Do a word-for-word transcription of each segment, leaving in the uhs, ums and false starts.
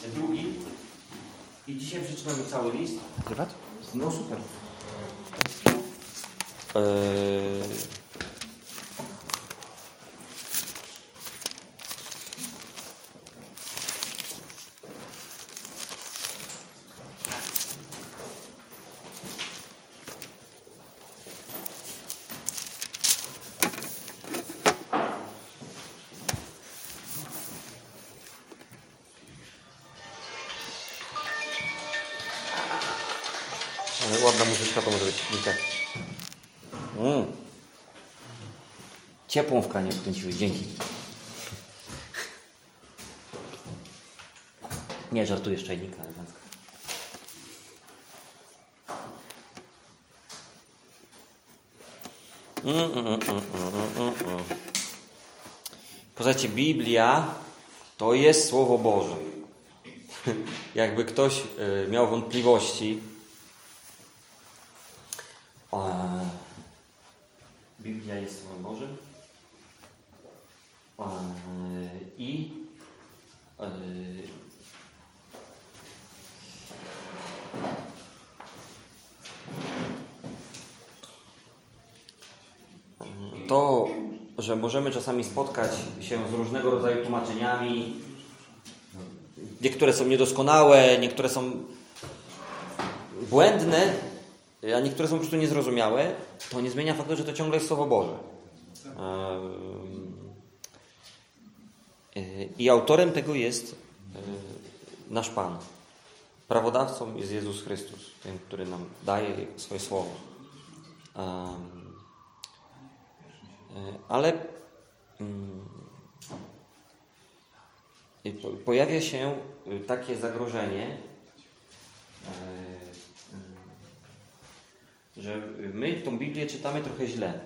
drugi. I dzisiaj przeczytamy cały list. Nagrywać? No super. Eee... Ale ładna muzyczka to może być. Tak. Mm. Ciepłą w kranie wkręciłeś, dzięki. Nie, żartuję z czajnika elegancko. Mm, mm, mm, mm, mm, mm. Posłuchajcie, Biblia to jest Słowo Boże. Jakby ktoś y, miał wątpliwości, E, Biblia jest Słowem Bożym. E, I e, to, że możemy czasami spotkać się z różnego rodzaju tłumaczeniami. Niektóre są niedoskonałe, niektóre są błędne, a niektóre są po prostu niezrozumiałe. To nie zmienia faktu, że to ciągle jest Słowo Boże. I autorem tego jest nasz Pan. Prawodawcą jest Jezus Chrystus, ten, który nam daje swoje Słowo. Ale pojawia się takie zagrożenie, że my tą Biblię czytamy trochę źle.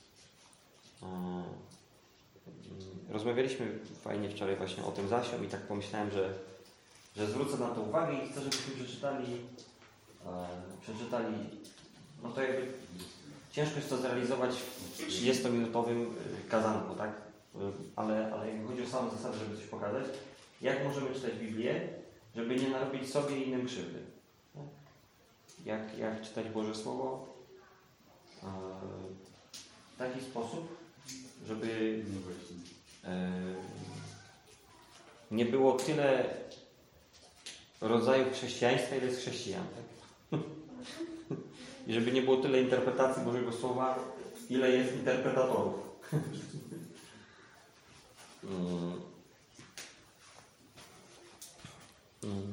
Rozmawialiśmy fajnie wczoraj właśnie o tym z Asią i tak pomyślałem, że, że zwrócę na to uwagę i chcę, żebyśmy przeczytali, e, przeczytali, no to jakby ciężko jest to zrealizować w trzydziestominutowym kazanku, tak? Ale, ale jak chodzi o samą zasadę, żeby coś pokazać, jak możemy czytać Biblię, żeby nie narobić sobie i innym krzywdy. Jak, jak czytać Boże Słowo e, w taki sposób, żeby e, nie było tyle rodzajów chrześcijaństwa, ile jest chrześcijan. Tak? I żeby nie było tyle interpretacji Bożego Słowa, ile jest interpretatorów. mm. Mm.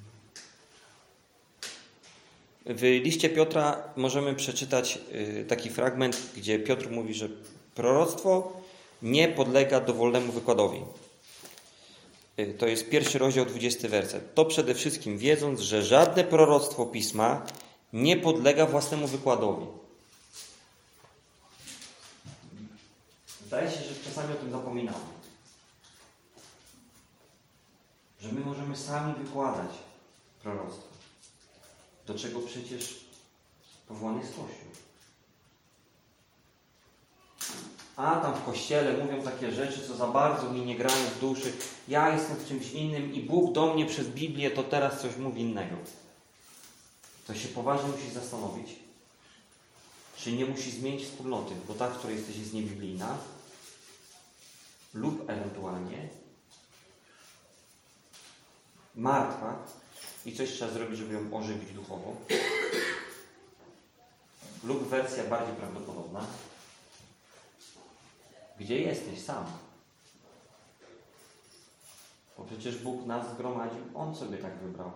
W liście Piotra możemy przeczytać taki fragment, gdzie Piotr mówi, że proroctwo nie podlega dowolnemu wykładowi. To jest pierwszy rozdział, dwudziesty werset. To przede wszystkim wiedząc, że żadne proroctwo Pisma nie podlega własnemu wykładowi. Zdaje się, że czasami o tym zapominamy. Że my możemy sami wykładać proroctwo. Do czego przecież powołany jest Kościół. A tam w Kościele mówią takie rzeczy, co za bardzo mi nie grają w duszy. Ja jestem w czymś innym i Bóg do mnie przez Biblię to teraz coś mówi innego. To się poważnie musi zastanowić, czy nie musi zmienić wspólnoty, bo ta, w której jesteś, jest niebiblijna, lub ewentualnie martwa i coś trzeba zrobić, żeby ją ożywić duchowo, lub wersja bardziej prawdopodobna, gdzie jesteś sam. Bo przecież Bóg nas zgromadził, On sobie tak wybrał,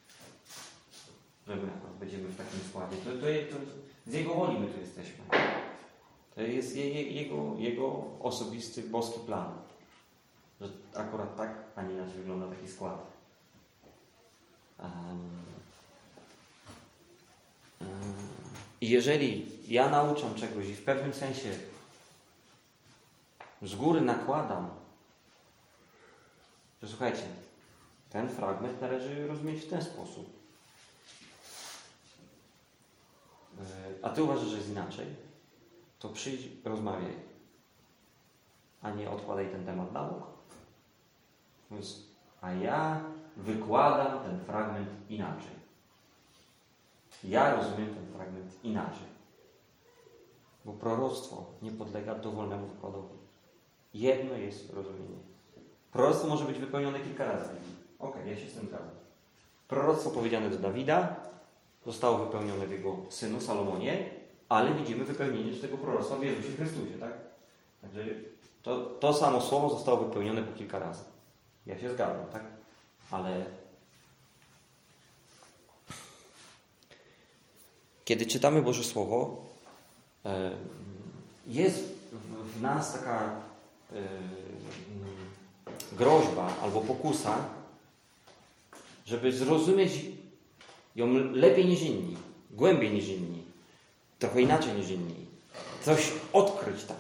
że my będziemy w takim składzie. To, to, to z Jego woli my tu jesteśmy. To jest je, je, jego, jego osobisty, boski plan. Że akurat tak, a nie inaczej wygląda taki skład. Um, um, I jeżeli ja nauczam czegoś i w pewnym sensie z góry nakładam, że słuchajcie, ten fragment należy rozumieć w ten sposób, a ty uważasz, że jest inaczej, to przyjdź, rozmawiaj, a nie odkładaj ten temat na bok. Mówiąc, a ja wykładam ten fragment inaczej. Ja rozumiem ten fragment inaczej. Bo proroctwo nie podlega dowolnemu wykładowi. Jedno jest rozumienie. Proroctwo może być wypełnione kilka razy. Okej, okay, ja się z tym zgadzam. Proroctwo powiedziane do Dawida zostało wypełnione w jego synu Salomonie, ale widzimy wypełnienie tego proroctwa w Jezusie Chrystusie, tak? Także to, to samo słowo zostało wypełnione po kilka razy. Ja się zgadzam, tak? Ale kiedy czytamy Boże Słowo, jest w nas taka groźba albo pokusa, żeby zrozumieć ją lepiej niż inni, głębiej niż inni, trochę inaczej niż inni, coś odkryć tam.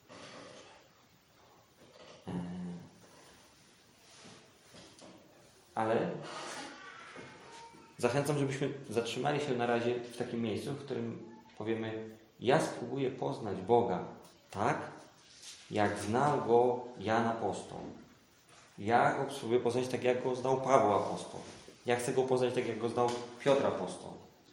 Ale zachęcam, żebyśmy zatrzymali się na razie w takim miejscu, w którym powiemy: ja spróbuję poznać Boga tak, jak znał Go Jan Apostoł. Ja Go spróbuję poznać tak, jak Go znał Paweł Apostoł. Ja chcę Go poznać tak, jak Go znał Piotr Apostoł.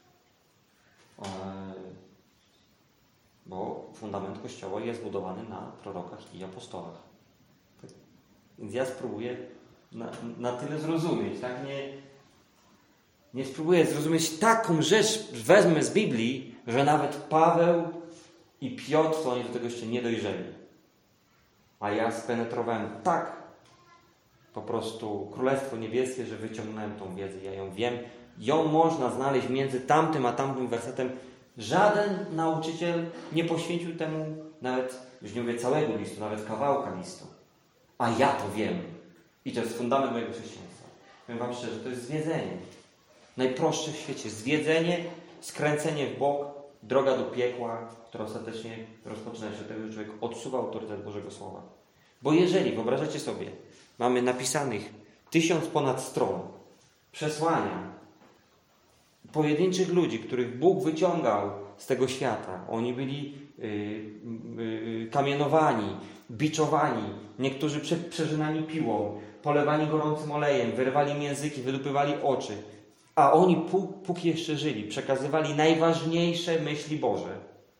Bo fundament Kościoła jest budowany na prorokach i apostołach. Więc ja spróbuję na, na tyle zrozumieć, tak? Nie, nie spróbuję zrozumieć taką rzecz, wezmę z Biblii, że nawet Paweł i Piotr, to oni do tego jeszcze nie dojrzeli. A ja spenetrowałem tak po prostu Królestwo Niebieskie, że wyciągnąłem tą wiedzę, ja ją wiem. Ją można znaleźć między tamtym a tamtym wersetem. Żaden nauczyciel nie poświęcił temu nawet, już nie mówię całego listu, nawet kawałka listu. A ja to wiem. I to jest fundament mojego chrześcijaństwa. Powiem wam szczerze, to jest zwiedzenie. Najprostsze w świecie. Zwiedzenie, skręcenie w bok, droga do piekła, która ostatecznie rozpoczyna się od tego, że człowiek odsuwa autorytet Bożego Słowa. Bo jeżeli, wyobrażacie sobie, mamy napisanych tysiąc ponad stron przesłania pojedynczych ludzi, których Bóg wyciągał z tego świata. Oni byli yy, yy, kamienowani, biczowani, niektórzy prze, przeżynani piłą, polewani gorącym olejem, wyrywali im języki, wydupywali oczy. A oni, póki jeszcze żyli, przekazywali najważniejsze myśli Boże.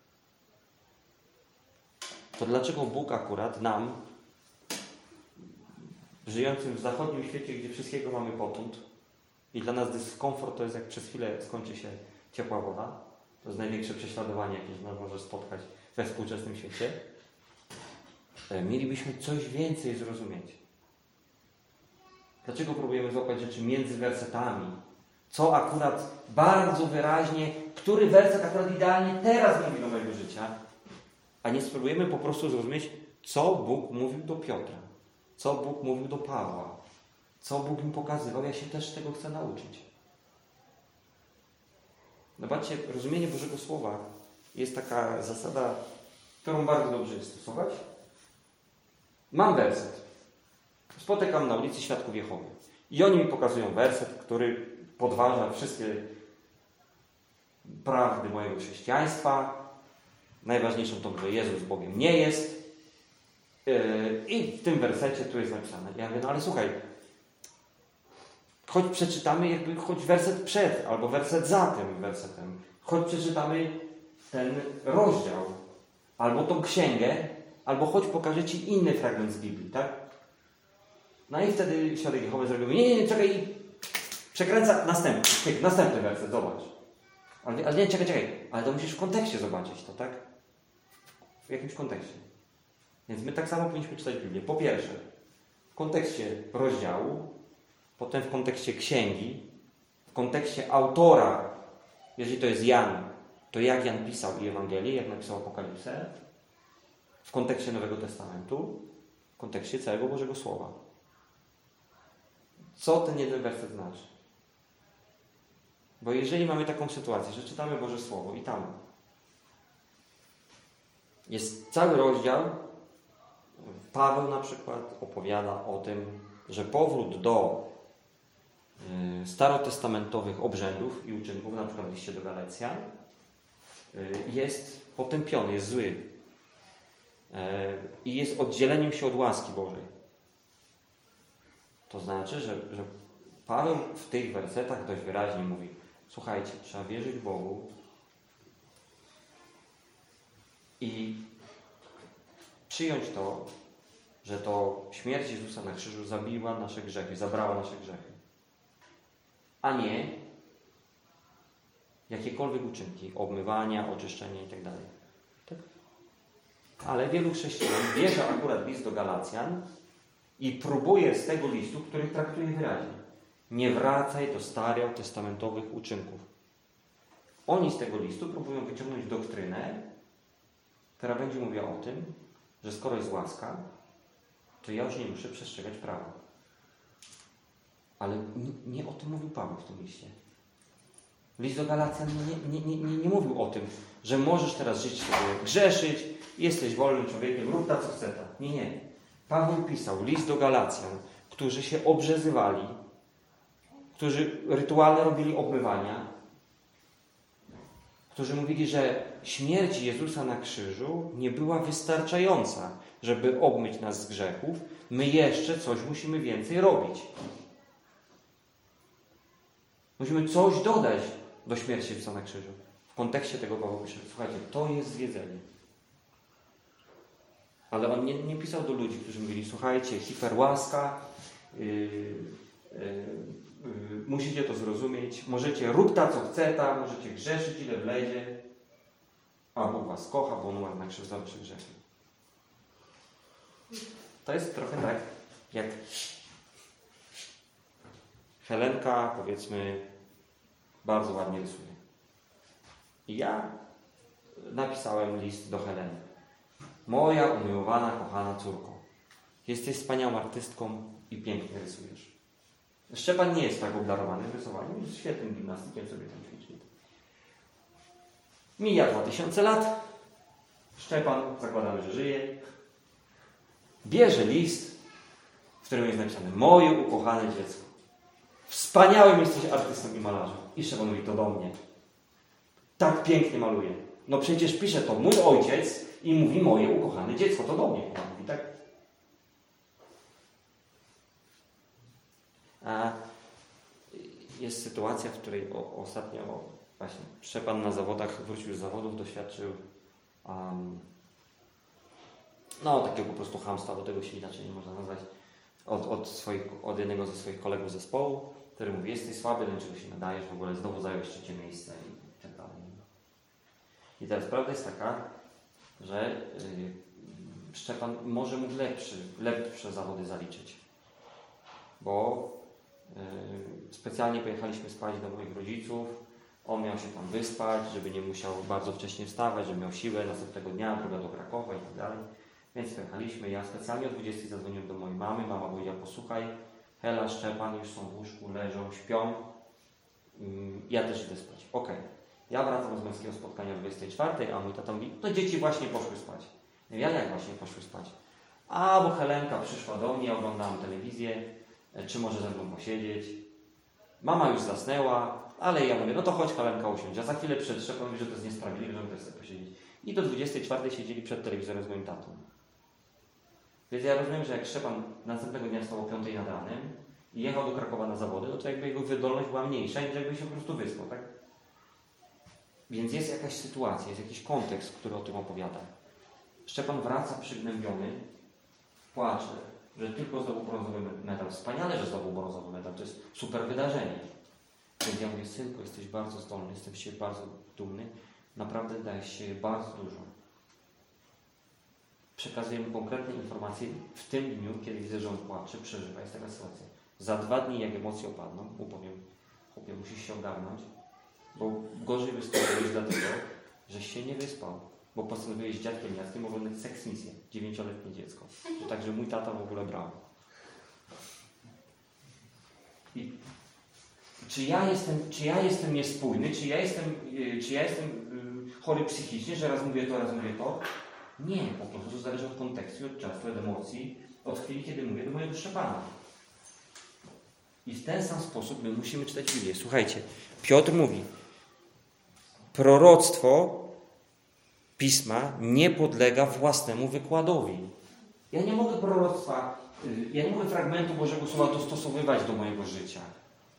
To dlaczego Bóg akurat nam, żyjącym w zachodnim świecie, gdzie wszystkiego mamy potąd, i dla nas dyskomfort to jest, jak przez chwilę skończy się ciepła woda, to jest największe prześladowanie, jakie nas może spotkać we współczesnym świecie, mielibyśmy coś więcej zrozumieć. Dlaczego próbujemy złapać rzeczy między wersetami? Co akurat bardzo wyraźnie, który werset akurat idealnie teraz mówi do mojego życia, a nie spróbujemy po prostu zrozumieć, co Bóg mówił do Piotra, co Bóg mówił do Pawła, co Bóg mi pokazywał, ja się też tego chcę nauczyć. Zobaczcie, rozumienie Bożego Słowa jest taka zasada, którą bardzo dobrze jest stosować. Mam werset. Spotykam na ulicy Świadków Jehowy. I oni mi pokazują werset, który podważa wszystkie prawdy mojego chrześcijaństwa. Najważniejszą to, że Jezus Bogiem nie jest. I w tym wersecie tu jest napisane. Ja mówię, no ale słuchaj, choć przeczytamy jakby choć werset przed, albo werset za tym wersetem. Choć przeczytamy ten rozdział, albo tą księgę, albo choć pokażę Ci inny fragment z Biblii, tak? No i wtedy Świadek Jehowy zrobił, nie, nie, nie, czekaj, przekręca następny, następny werset, zobacz. Ale, ale nie, czekaj, czekaj, ale to musisz w kontekście zobaczyć to, tak? W jakimś kontekście. Więc my tak samo powinniśmy czytać Biblię. Po pierwsze, w kontekście rozdziału, potem w kontekście księgi, w kontekście autora, jeżeli to jest Jan, to jak Jan pisał i Ewangelię, jak napisał Apokalipsę, w kontekście Nowego Testamentu, w kontekście całego Bożego Słowa. Co ten jeden werset znaczy? Bo jeżeli mamy taką sytuację, że czytamy Boże Słowo i tam jest cały rozdział, Paweł na przykład opowiada o tym, że powrót do y, starotestamentowych obrzędów i uczynków, na przykład w liście do Galacjan, y, jest potępiony, jest zły. Y, I jest oddzieleniem się od łaski Bożej. To znaczy, że, że Paweł w tych wersetach dość wyraźnie mówi, słuchajcie, trzeba wierzyć Bogu i przyjąć to, że to śmierć Jezusa na krzyżu zabiła nasze grzechy, zabrała nasze grzechy, a nie jakiekolwiek uczynki, obmywania, oczyszczenia itd. Tak? Ale wielu chrześcijan bierze akurat list do Galacjan i próbuje z tego listu, który traktuje wyraźnie. Nie wracaj do starych testamentowych uczynków. Oni z tego listu próbują wyciągnąć doktrynę, która będzie mówiła o tym, że skoro jest łaska, to ja już nie muszę przestrzegać prawa. Ale nie, nie o tym mówił Paweł w tym liście. List do Galacjan nie, nie, nie, nie, nie mówił o tym, że możesz teraz żyć sobie, grzeszyć, jesteś wolnym człowiekiem, rób ta co chce. Nie, nie. Paweł pisał list do Galacjan, którzy się obrzezywali, którzy rytualnie robili obmywania, którzy mówili, że śmierć Jezusa na krzyżu nie była wystarczająca, żeby obmyć nas z grzechów. My jeszcze coś musimy więcej robić. Musimy coś dodać do śmierci Jezusa na krzyżu. W kontekście tego Paweł pisze, słuchajcie, to jest zwiedzenie. Ale on nie, nie pisał do ludzi, którzy mówili, słuchajcie, hiperłaska, yy, yy, yy, musicie to zrozumieć, możecie rób ta, co chce ta, możecie grzeszyć, ile wlezie, a Bóg was kocha, bo On umarł na krzyżu za wasze grzechy. To jest trochę tak, jak Helenka, powiedzmy, bardzo ładnie rysuje. I ja napisałem list do Heleny. Moja umiłowana, kochana córko, jesteś wspaniałą artystką i pięknie rysujesz. Szczepan nie jest tak obdarowany w rysowaniu, jest świetnym gimnastykiem, sobie tam ćwiczy. Mija dwa tysiące lat. Szczepan, zakładamy, że żyje. Bierze list, w którym jest napisane moje ukochane dziecko. Wspaniałym jesteś artystą i malarzem. I Szczepan mówi, to do mnie. Tak pięknie maluje. No przecież pisze to mój ojciec i mówi moje ukochane dziecko, to do mnie. Mówi, tak? A jest sytuacja, w której o, ostatnio właśnie Szczepan na zawodach wrócił z zawodów, doświadczył um, no takiego po prostu chamstwa, bo tego się inaczej nie można nazwać, od, od, swoich, od jednego ze swoich kolegów z zespołu, który mówi, jesteś słaby, do niczego się nadajesz, w ogóle znowu zająłeś trzecie miejsce i tak dalej. I teraz prawda jest taka, że yy, Szczepan może mógł lepszy, lepsze zawody zaliczyć, bo yy, specjalnie pojechaliśmy spać do moich rodziców, on miał się tam wyspać, żeby nie musiał bardzo wcześnie wstawać, żeby miał siłę następnego dnia, droga do Krakowa i tak dalej. Więc pojechaliśmy, ja specjalnie o dwudziestej zadzwoniłem do mojej mamy, mama powiedziała, posłuchaj, Hela, Szczepan już są w łóżku, leżą, śpią, ja też idę spać. Okej. Okay. Ja wracam z męskiego spotkania o dwudziestej czwartej, a mój tata mówi, to dzieci właśnie poszły spać. Ja jak właśnie poszły spać? A, bo Helenka przyszła do mnie, oglądałam telewizję, czy może ze mną posiedzieć. Mama już zasnęła, ale ja mówię, no to chodź Helenka usiądź. A za chwilę przed Szczepan mówi, że to jest niesprawiedliwe, żeby też sobie posiedzieć. I do dwudziestej czwartej siedzieli przed telewizorem z moim tatą. Więc ja rozumiem, że jak Szczepan następnego dnia wstał o piątej nad ranem i jechał do Krakowa na zawody, no to jakby jego wydolność była mniejsza niż jakby się po prostu wyspał, tak? Więc jest jakaś sytuacja, jest jakiś kontekst, który o tym opowiada. Szczepan wraca przygnębiony, płacze, że tylko zdobył brązowy medal. Wspaniale, że zdobył brązowy medal, to jest super wydarzenie. Więc ja mówię, synku, jesteś bardzo zdolny, jestem z ciebie bardzo dumny, naprawdę dajesz się bardzo dużo. Przekazuję mu konkretne informacje w tym dniu, kiedy widzę, że on płacze, przeżywa, jest taka sytuacja. Za dwa dni, jak emocje opadną, mu powiem, chłopie, musisz się ogarnąć, bo gorzej wystąpiłeś dlatego, żeś się nie wyspał, bo postanowiłeś z dziadkiem Jackiem oglądać seksmisję, dziewięcioletnie dziecko. To także mój tata w ogóle brał. I czy ja jestem, czy ja jestem niespójny, czy ja jestem, czy ja jestem chory psychicznie, że raz mówię to, raz mówię to? Nie, po prostu to zależy od kontekstu, od czasu, od emocji, od chwili, kiedy mówię do mojego Szczepana. I w ten sam sposób my musimy czytać Biblię. Słuchajcie, Piotr mówi, proroctwo Pisma nie podlega własnemu wykładowi. Ja nie mogę proroctwa, ja nie mogę fragmentu Bożego Słowa dostosowywać do mojego życia.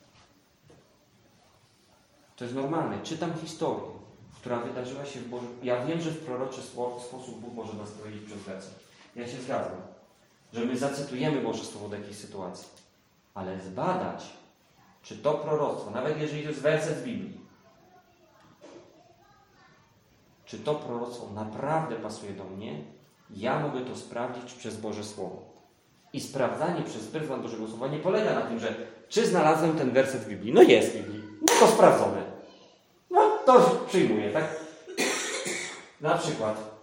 To jest normalne. Czytam historię, która wydarzyła się w Bożym... Ja wiem, że w proroczy sposób Bóg może nas prowadzić przez werset. Ja się zgadzam, że my zacytujemy Boże Słowo do jakiejś sytuacji. Ale zbadać, czy to proroctwo, nawet jeżeli to jest werset z Biblii, czy to proroctwo naprawdę pasuje do mnie, ja mogę to sprawdzić przez Boże Słowo. I sprawdzanie przez pryzmat Bożego Słowa nie polega na tym, że czy znalazłem ten werset w Biblii. No jest w Biblii. No to sprawdzone. No to przyjmuję, tak? Na przykład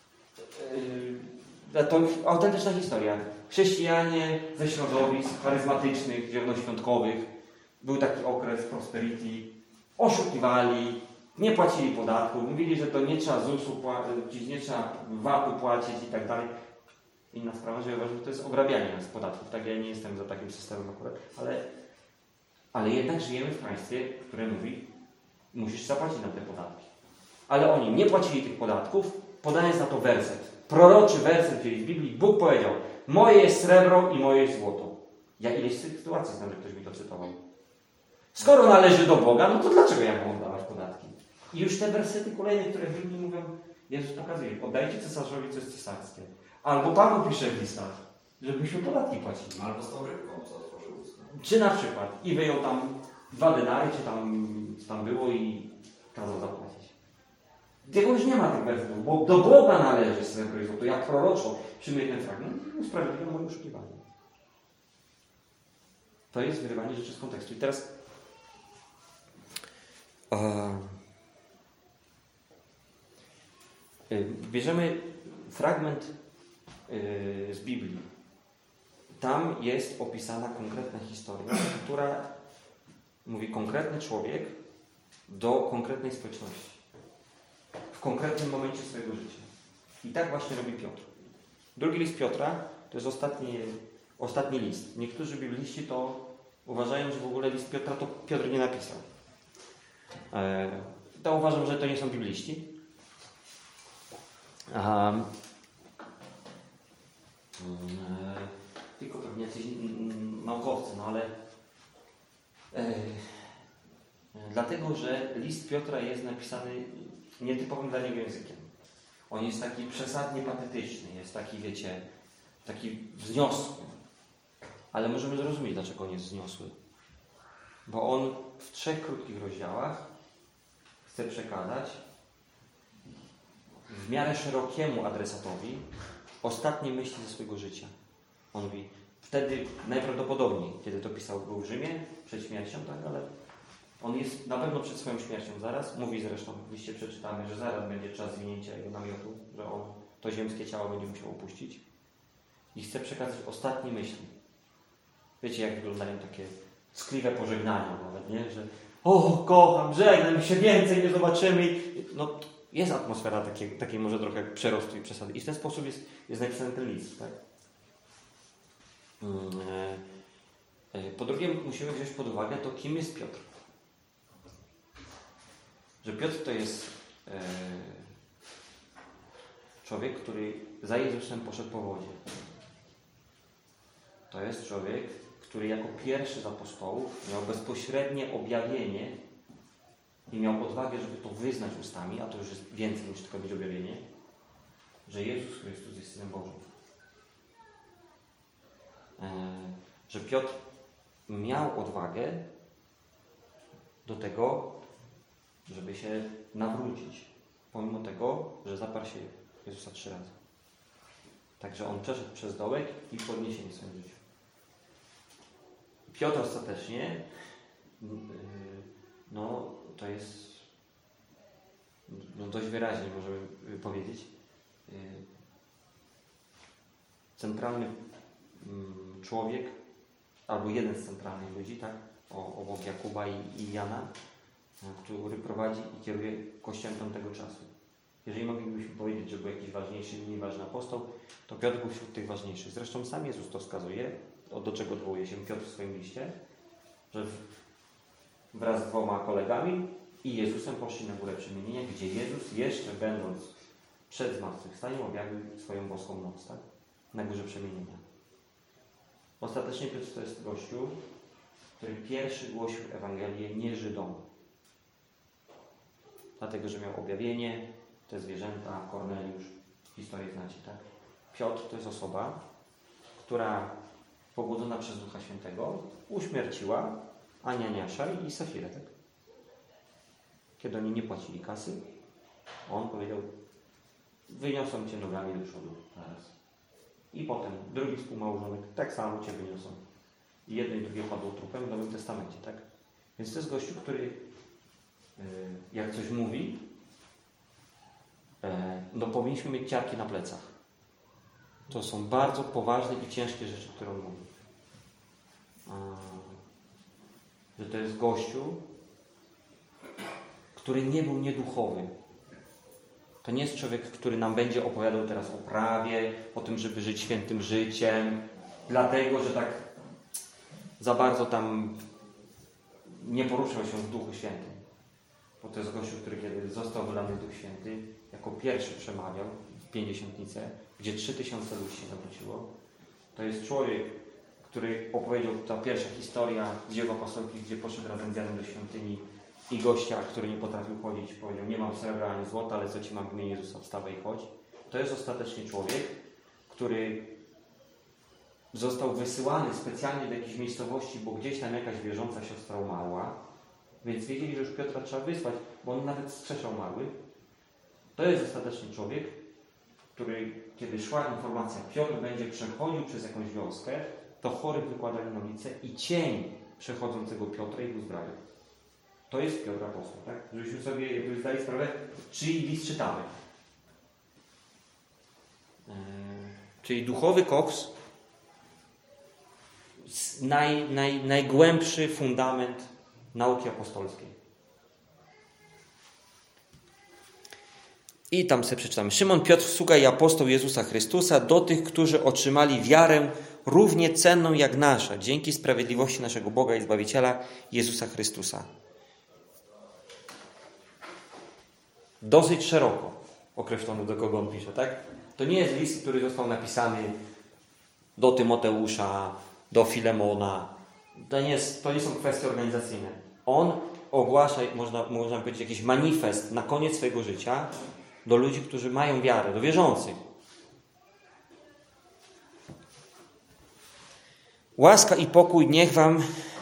yy, to autentyczna historia. Chrześcijanie ze środowisk charyzmatycznych, zielonoświątkowych. Był taki okres prosperity. Oszukiwali, nie płacili podatku. Mówili, że to nie trzeba zusu płacić, nie trzeba vatu płacić i tak dalej. Inna sprawa, że ja uważam, że to jest obrabianie nas z podatków. Tak, ja nie jestem za takim systemem akurat, ale, ale jednak żyjemy w państwie, które mówi, musisz zapłacić na te podatki. Ale oni nie płacili tych podatków, podając na to werset. Proroczy werset, czyli w Biblii Bóg powiedział, moje jest srebro i moje jest złoto. Ja ileś sytuacji znam, że ktoś mi to cytował. Skoro należy do Boga, no to dlaczego ja mam oddawać podatki? I już te wersety kolejne, które w Biblii mówią, Jezus pokazuje, oddajcie cesarzowi, co jest cesarskie. Albo Paweł pisze w listach, żebyśmy podatki płacili. Albo z tą rybką, co otworzył usta. Czy na przykład i wyjął tam dwa denary, czy tam, co tam było i kazał zapłacić. Tego już nie ma tych wersetów, bo do Boga należy srebro i złoto. Ja proroczo przyjmuję ten fragment i usprawiedliwiam moje oszukiwanie. To jest wyrywanie rzeczy z kontekstu. I teraz yy, bierzemy fragment yy, z Biblii. Tam jest opisana konkretna historia, która mówi konkretny człowiek do konkretnej społeczności. W konkretnym momencie swojego życia. I tak właśnie robi Piotr. Drugi list Piotra to jest ostatni, ostatni list. Niektórzy bibliści to uważają, że w ogóle list Piotra to Piotr nie napisał. E, to uważam, że to nie są bibliści. Aha. E, tylko pewnie jacyś naukowcy, no ale e, dlatego, że list Piotra jest napisany nietypowym dla niego językiem. On jest taki przesadnie patetyczny, jest taki, wiecie, taki wzniosły. Ale możemy zrozumieć, dlaczego on jest wzniosły. Bo on w trzech krótkich rozdziałach chce przekazać w miarę szerokiemu adresatowi ostatnie myśli ze swojego życia. On mówi, wtedy najprawdopodobniej, kiedy to pisał, był w Rzymie, przed śmiercią, tak, ale on jest na pewno przed swoją śmiercią zaraz. Mówi zresztą, w liście przeczytamy, że zaraz będzie czas zwinięcia jego namiotu, że on to ziemskie ciało będzie musiał opuścić. I chce przekazać ostatnie myśli. Wiecie, jak wyglądają takie skliwe pożegnania nawet, nie? Że o, kocham, żegnam się, więcej nie zobaczymy. No, jest atmosfera takiej, takiej może trochę przerostu i przesady. I w ten sposób jest, jest napisany ten list, tak? Po drugie, musimy wziąć pod uwagę to, kim jest Piotr. Że Piotr to jest e, człowiek, który za Jezusem poszedł po wodzie. To jest człowiek, który jako pierwszy z apostołów miał bezpośrednie objawienie i miał odwagę, żeby to wyznać ustami, a to już jest więcej niż tylko być objawienie, że Jezus Chrystus jest Synem Bożym. E, że Piotr miał odwagę do tego, żeby się nawrócić, pomimo tego, że zaparł się Jezusa trzy razy. Także on przeszedł przez dołek i podniesienie w swoim życiu. Piotr ostatecznie, no to jest no, dość wyraźnie możemy powiedzieć, centralny człowiek, albo jeden z centralnych ludzi, tak, obok Jakuba i, i Jana, który prowadzi i kieruje Kościołem tamtego czasu. Jeżeli moglibyśmy powiedzieć, że był jakiś ważniejszy i mniej ważny apostoł, to Piotr był wśród tych ważniejszych. Zresztą sam Jezus to wskazuje, do czego odwołuje się Piotr w swoim liście, że wraz z dwoma kolegami i Jezusem poszli na górę przemienienia, gdzie Jezus, jeszcze będąc przed zmartwychwstaniem, objawił swoją boską moc, tak? Na górze przemienienia. Ostatecznie Piotr to jest gościu, który pierwszy głosił Ewangelię nie Żydom. dlatego że miał objawienie, te zwierzęta, Korneliusz, historię znacie, tak? Piotr to jest osoba, która pobudzona przez Ducha Świętego uśmierciła Ananiasza i Safirę, tak? Kiedy oni nie płacili kasy, on powiedział: wyniosą cię nogami do przodu zaraz. I potem drugi współmałżonek tak samo cię wyniosą. I jedno i drugie padło trupem w Nowym Testamencie, tak? Więc to jest gościu, który yy, jak coś mówi, yy, no powinniśmy mieć ciarki na plecach. To są bardzo poważne i ciężkie rzeczy, które on mówi. Yy, że to jest gościu, który nie był nieduchowy. To nie jest człowiek, który nam będzie opowiadał teraz o prawie, o tym, żeby żyć świętym życiem, dlatego, że tak za bardzo tam nie poruszał się w Duchu Świętym. Bo to jest gościu, który kiedy został wylany Duch Święty, jako pierwszy przemawiał w Pięćdziesiątnicę, gdzie trzy tysiące ludzi się nawróciło. To jest człowiek, który opowiedział, ta pierwsza historia dzieł apostolskich, gdzie poszedł razem z Janem do świątyni i gościa, który nie potrafił chodzić, powiedział: nie mam srebra ani złota, ale co ci mam w imieniu Jezusa, wstawaj i chodź. To jest ostatecznie człowiek, który został wysyłany specjalnie do jakiejś miejscowości, bo gdzieś tam jakaś wierząca siostra umarła, więc wiedzieli, że już Piotra trzeba wysłać, bo on nawet skrzeszał umarły. To jest ostatecznie człowiek, który, kiedy szła informacja, Piotr będzie przechodził przez jakąś wioskę, to chorych wykładali na ulicę i cień przechodzącego Piotra ich uzbraił. To jest Piotr Apostoł, tak? Żebyśmy sobie jakby zdali sprawę, czyj list czytamy. Yy, czyli duchowy koks, naj, naj, najgłębszy fundament nauki apostolskiej. I tam sobie przeczytamy. Szymon Piotr, sługa i apostoł Jezusa Chrystusa, do tych, którzy otrzymali wiarę równie cenną jak nasza, dzięki sprawiedliwości naszego Boga i Zbawiciela Jezusa Chrystusa. Dosyć szeroko określono, do kogo on pisze, tak? To nie jest list, który został napisany do Tymoteusza, do Filemona. To nie, jest, to nie są kwestie organizacyjne. On ogłasza, można, można powiedzieć, jakiś manifest na koniec swojego życia do ludzi, którzy mają wiarę, do wierzących. Łaska i pokój niech wam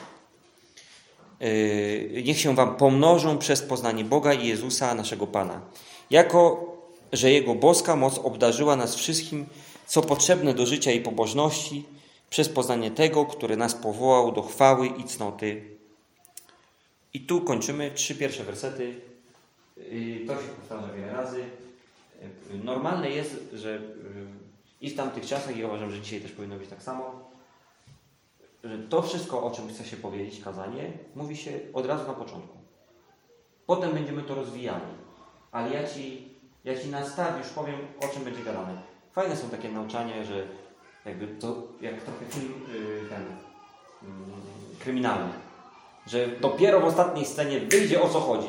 Yy, niech się wam pomnożą przez poznanie Boga i Jezusa, naszego Pana. Jako, że Jego boska moc obdarzyła nas wszystkim, co potrzebne do życia i pobożności, przez poznanie tego, który nas powołał do chwały i cnoty. I tu kończymy trzy pierwsze wersety. Yy, to się powtarza wiele razy. Yy, normalne jest, że yy, i w tamtych czasach, i uważam, że dzisiaj też powinno być tak samo, że to wszystko, o czym chce się powiedzieć, kazanie, mówi się od razu na początku. Potem będziemy to rozwijali. Ale ja Ci, ja ci na start już powiem, o czym będzie gadane. Fajne są takie nauczania, że jakby to, jak trochę film yy, ten, yy, kryminalny, że dopiero w ostatniej scenie wyjdzie, o co chodzi.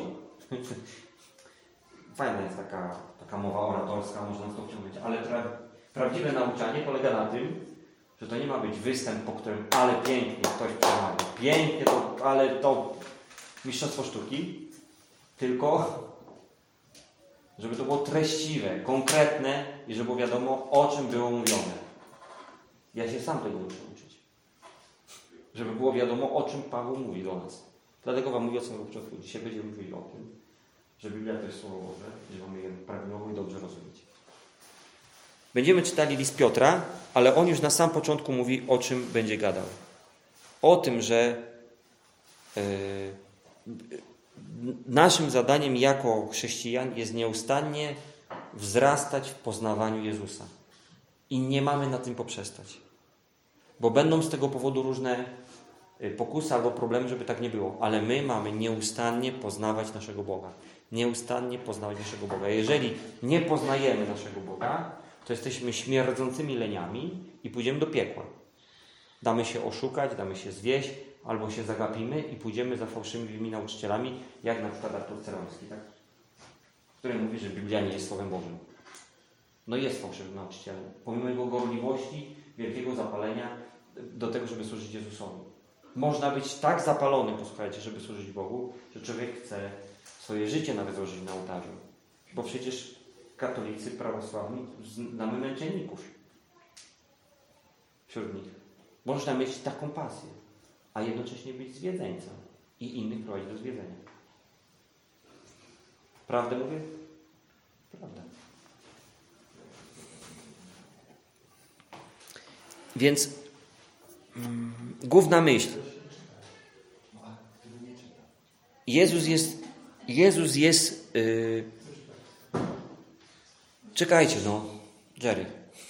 Fajna jest taka, taka mowa oratorska, można to wciągnąć, ale pra, prawdziwe nauczanie polega na tym, że to nie ma być występ, po którym ale pięknie ktoś przemawia. Pięknie to, ale to mistrzostwo sztuki. Tylko żeby to było treściwe, konkretne i żeby było wiadomo, o czym było mówione. Ja się sam tego muszę uczyć. Żeby było wiadomo, o czym Paweł mówi do nas. Dlatego wam mówię od samego początku. Dzisiaj będziemy mówili o tym, że Biblia to jest Słowo Boże, że mamy je prawidłowo i dobrze rozumieć. Będziemy czytali list Piotra, ale on już na sam początku mówi, o czym będzie gadał. O tym, że yy, naszym zadaniem jako chrześcijan jest nieustannie wzrastać w poznawaniu Jezusa. I nie mamy na tym poprzestać. Bo będą z tego powodu różne pokusy albo problemy, żeby tak nie było. Ale my mamy nieustannie poznawać naszego Boga. Nieustannie poznawać naszego Boga. Jeżeli nie poznajemy naszego Boga, to jesteśmy śmierdzącymi leniami i pójdziemy do piekła. Damy się oszukać, damy się zwieść, albo się zagapimy i pójdziemy za fałszywymi nauczycielami, jak na przykład Artur Ceroński, tak? Który mówi, że Biblia nie jest Słowem Bożym. No jest fałszywym nauczycielem. Pomimo jego gorliwości, wielkiego zapalenia do tego, żeby służyć Jezusowi. Można być tak zapalonym, posłuchajcie, żeby służyć Bogu, że człowiek chce swoje życie nawet złożyli na ołtarzu. Bo przecież katolicy, prawosławni, znamy męczenników wśród nich. Można mieć taką pasję, a jednocześnie być zwiedzeńcem i innych prowadzić do zwiedzenia. Prawdę mówię? Prawda. Więc mm, główna myśl. Jezus jest Jezus jest yy... czekajcie, no Jerry.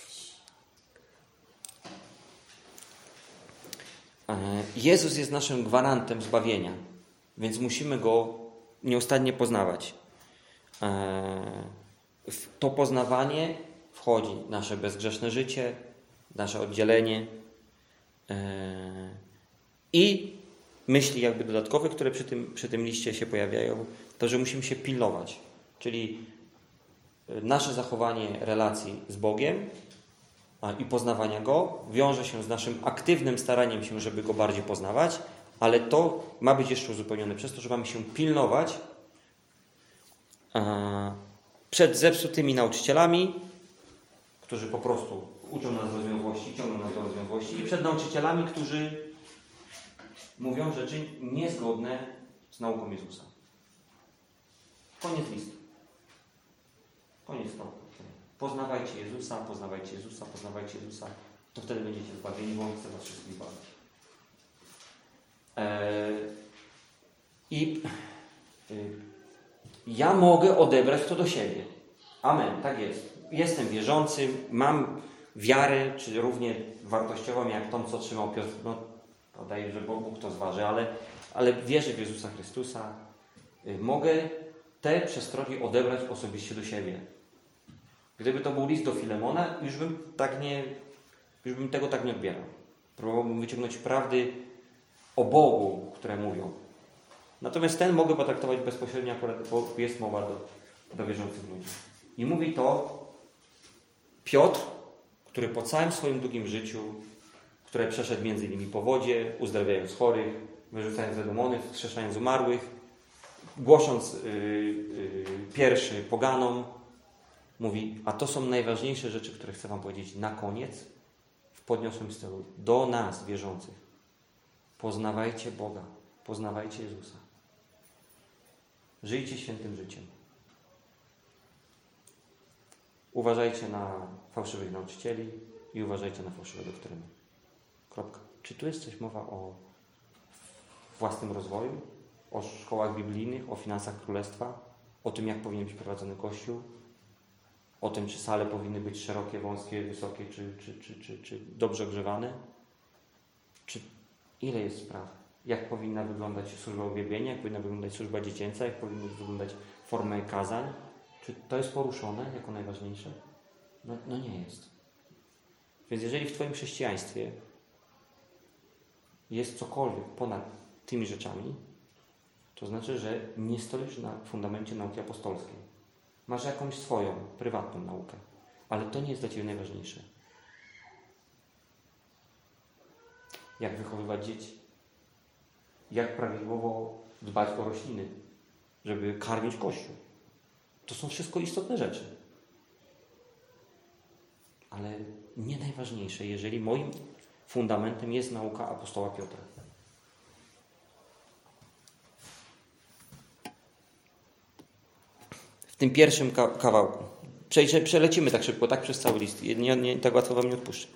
Jezus jest naszym gwarantem zbawienia, więc musimy Go nieustannie poznawać. W to poznawanie wchodzi nasze bezgrzeszne życie, nasze oddzielenie i myśli jakby dodatkowe, które przy tym, przy tym liście się pojawiają, to, że musimy się pilnować. Czyli nasze zachowanie relacji z Bogiem i poznawania Go wiąże się z naszym aktywnym staraniem się, żeby Go bardziej poznawać, ale to ma być jeszcze uzupełnione przez to, że mamy się pilnować przed zepsutymi nauczycielami, którzy po prostu uczą nas rozwiązłości, ciągną nas do rozwiązłości, i przed nauczycielami, którzy mówią rzeczy niezgodne z nauką Jezusa. Koniec listu. Koniec to. Poznawajcie Jezusa, poznawajcie Jezusa, poznawajcie Jezusa. To wtedy będziecie zbawieni, bo On chce was wszystkich zbawić. Eee, I yy, ja mogę odebrać to do siebie. Amen, tak jest. Jestem wierzącym, mam wiarę, czy równie wartościową jak tą, co trzymał Piotr. No, podaję, że Bóg to zważy, ale, ale wierzę w Jezusa Chrystusa. Yy, mogę te przestrogi odebrać osobiście do siebie. Gdyby to był list do Filemona, już bym tak nie, już bym tego tak nie odbierał. Próbowałbym wyciągnąć prawdy o Bogu, które mówią. Natomiast ten mogę potraktować bezpośrednio, akurat, bo jest mowa do, do wierzących ludzi. I mówi to Piotr, który po całym swoim długim życiu, które przeszedł między innymi po wodzie, uzdrawiając chorych, wyrzucając demony, wskrzeszając umarłych, głosząc yy, yy, pierwszy poganom, mówi, a to są najważniejsze rzeczy, które chcę wam powiedzieć na koniec w podniosłym stylu. Do nas, wierzących. Poznawajcie Boga. Poznawajcie Jezusa. Żyjcie świętym życiem. Uważajcie na fałszywych nauczycieli i uważajcie na fałszywe doktryny. Kropka. Czy tu jest coś mowa o własnym rozwoju? O szkołach biblijnych? O finansach królestwa? O tym, jak powinien być prowadzony Kościół? O tym, czy sale powinny być szerokie, wąskie, wysokie, czy, czy, czy, czy, czy dobrze ogrzewane? Czy ile jest spraw? Jak powinna wyglądać służba uwielbienia? Jak powinna wyglądać służba dziecięca? Jak powinny wyglądać formy kazań? Czy to jest poruszone jako najważniejsze? No, no nie jest. Więc jeżeli w Twoim chrześcijaństwie jest cokolwiek ponad tymi rzeczami, to znaczy, że nie stoisz na fundamencie nauki apostolskiej. Masz jakąś swoją, prywatną naukę. Ale to nie jest dla Ciebie najważniejsze. Jak wychowywać dzieci? Jak prawidłowo dbać o rośliny, żeby karmić Kościół? To są wszystko istotne rzeczy. Ale nie najważniejsze, jeżeli moim fundamentem jest nauka apostoła Piotra. W tym pierwszym kawałku. Prze- przelecimy tak szybko, tak przez cały list. Nie, nie, tak łatwo wam nie odpuszczę.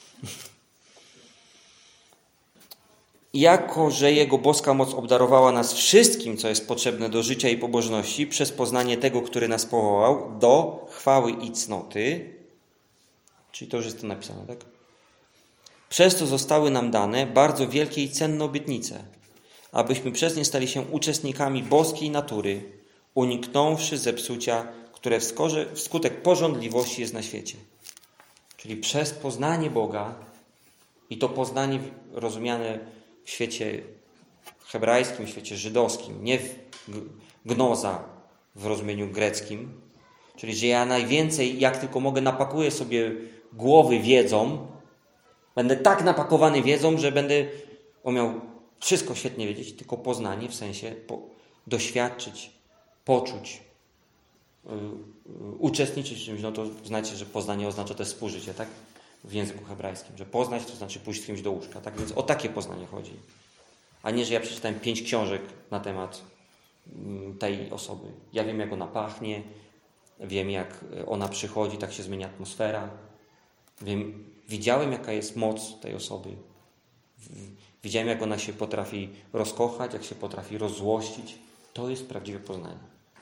Jako, że Jego boska moc obdarowała nas wszystkim, co jest potrzebne do życia i pobożności, przez poznanie Tego, który nas powołał, do chwały i cnoty, czyli to już jest to napisane, tak? Przez to zostały nam dane bardzo wielkie i cenne obietnice, abyśmy przez nie stali się uczestnikami boskiej natury, uniknąwszy zepsucia, które wskutek pożądliwości jest na świecie. Czyli przez poznanie Boga, i to poznanie rozumiane w świecie hebrajskim, w świecie żydowskim, nie w gnoza w rozumieniu greckim, czyli że ja najwięcej, jak tylko mogę, napakuję sobie głowy wiedzą, będę tak napakowany wiedzą, że będę umiał wszystko świetnie wiedzieć, tylko poznanie w sensie po, doświadczyć poczuć, yy, yy, uczestniczyć w czymś, no to znacie, że poznanie oznacza też współżycie, tak? W języku hebrajskim, że poznać to znaczy pójść z kimś do łóżka, tak? Więc o takie poznanie chodzi. A nie, że ja przeczytałem pięć książek na temat yy, tej osoby. Ja wiem, jak ona pachnie, wiem, jak ona przychodzi, tak się zmienia atmosfera. Wiem, widziałem, jaka jest moc tej osoby. Widziałem, jak ona się potrafi rozkochać, jak się potrafi rozzłościć. To jest prawdziwe poznanie.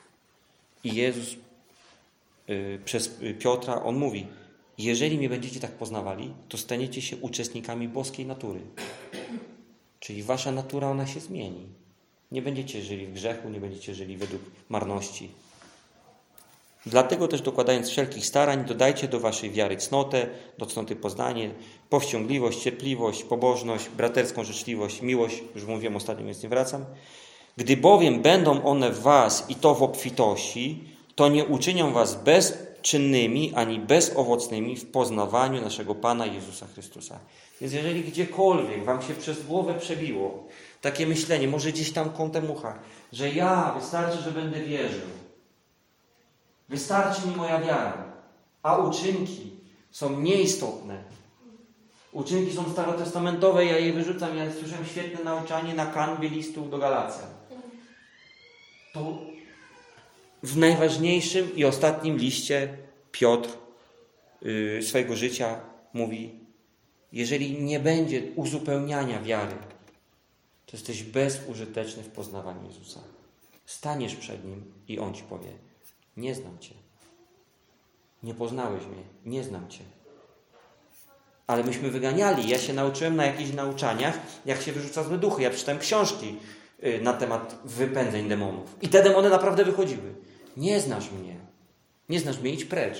I Jezus yy, przez Piotra, On mówi, jeżeli mnie będziecie tak poznawali, to staniecie się uczestnikami boskiej natury. Czyli wasza natura, ona się zmieni. Nie będziecie żyli w grzechu, nie będziecie żyli według marności. Dlatego też dokładając wszelkich starań, dodajcie do waszej wiary cnotę, do cnoty poznanie, powściągliwość, cierpliwość, pobożność, braterską życzliwość, miłość, już mówiłem ostatnio, więc nie wracam. Gdy bowiem będą one w was i to w obfitości, to nie uczynią was bezczynnymi ani bezowocnymi w poznawaniu naszego Pana Jezusa Chrystusa. Więc jeżeli gdziekolwiek wam się przez głowę przebiło takie myślenie, może gdzieś tam kątem ucha, że ja wystarczy, że będę wierzył, wystarczy mi moja wiara, a uczynki są nieistotne. Uczynki są starotestamentowe, ja je wyrzucam. Ja słyszałem świetne nauczanie na kanwie listu do Galacjan. To w najważniejszym i ostatnim liście Piotr yy, swojego życia mówi, jeżeli nie będzie uzupełniania wiary, to jesteś bezużyteczny w poznawaniu Jezusa. Staniesz przed Nim i On ci powie, nie znam Cię. Nie poznałeś mnie. Nie znam Cię. Ale myśmy wyganiali. Ja się nauczyłem na jakichś nauczaniach, jak się wyrzuca złe duchy. Ja przeczytałem książki na temat wypędzeń demonów. I te demony naprawdę wychodziły. Nie znasz mnie. Nie znasz mnie, idź precz.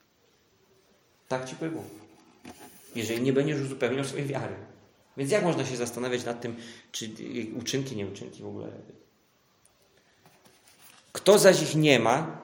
Tak Ci powie Bóg. Jeżeli nie będziesz uzupełniał swojej wiary. Więc jak można się zastanawiać nad tym, czy uczynki, nie uczynki w ogóle. Kto zaś ich nie ma,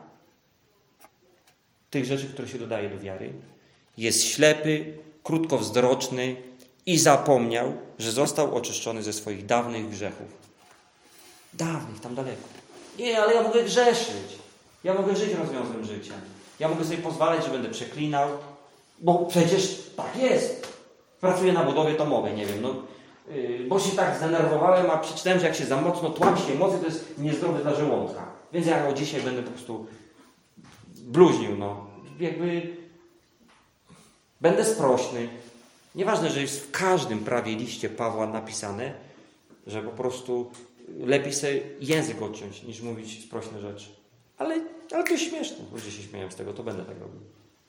tych rzeczy, które się dodaje do wiary, jest ślepy, krótkowzroczny i zapomniał, że został oczyszczony ze swoich dawnych grzechów. Dawnych, tam daleko. Nie, ale ja mogę grzeszyć. Ja mogę żyć rozwiązem życia. Ja mogę sobie pozwalać, że będę przeklinał, bo przecież tak jest. Pracuję na budowie, to mogę, nie wiem, no, yy, bo się tak zdenerwowałem, a przeczytałem, że jak się za mocno tłamsi emocje, to jest niezdrowe dla żołądka. Więc ja od dzisiaj będę po prostu bluźnił, no. Jakby będę sprośny. Nieważne, że jest w każdym prawie liście Pawła napisane, że po prostu lepiej sobie język odciąć, niż mówić sprośne rzeczy. Ale, ale to jest śmieszne. Ludzie się śmieją z tego, to będę tak robił.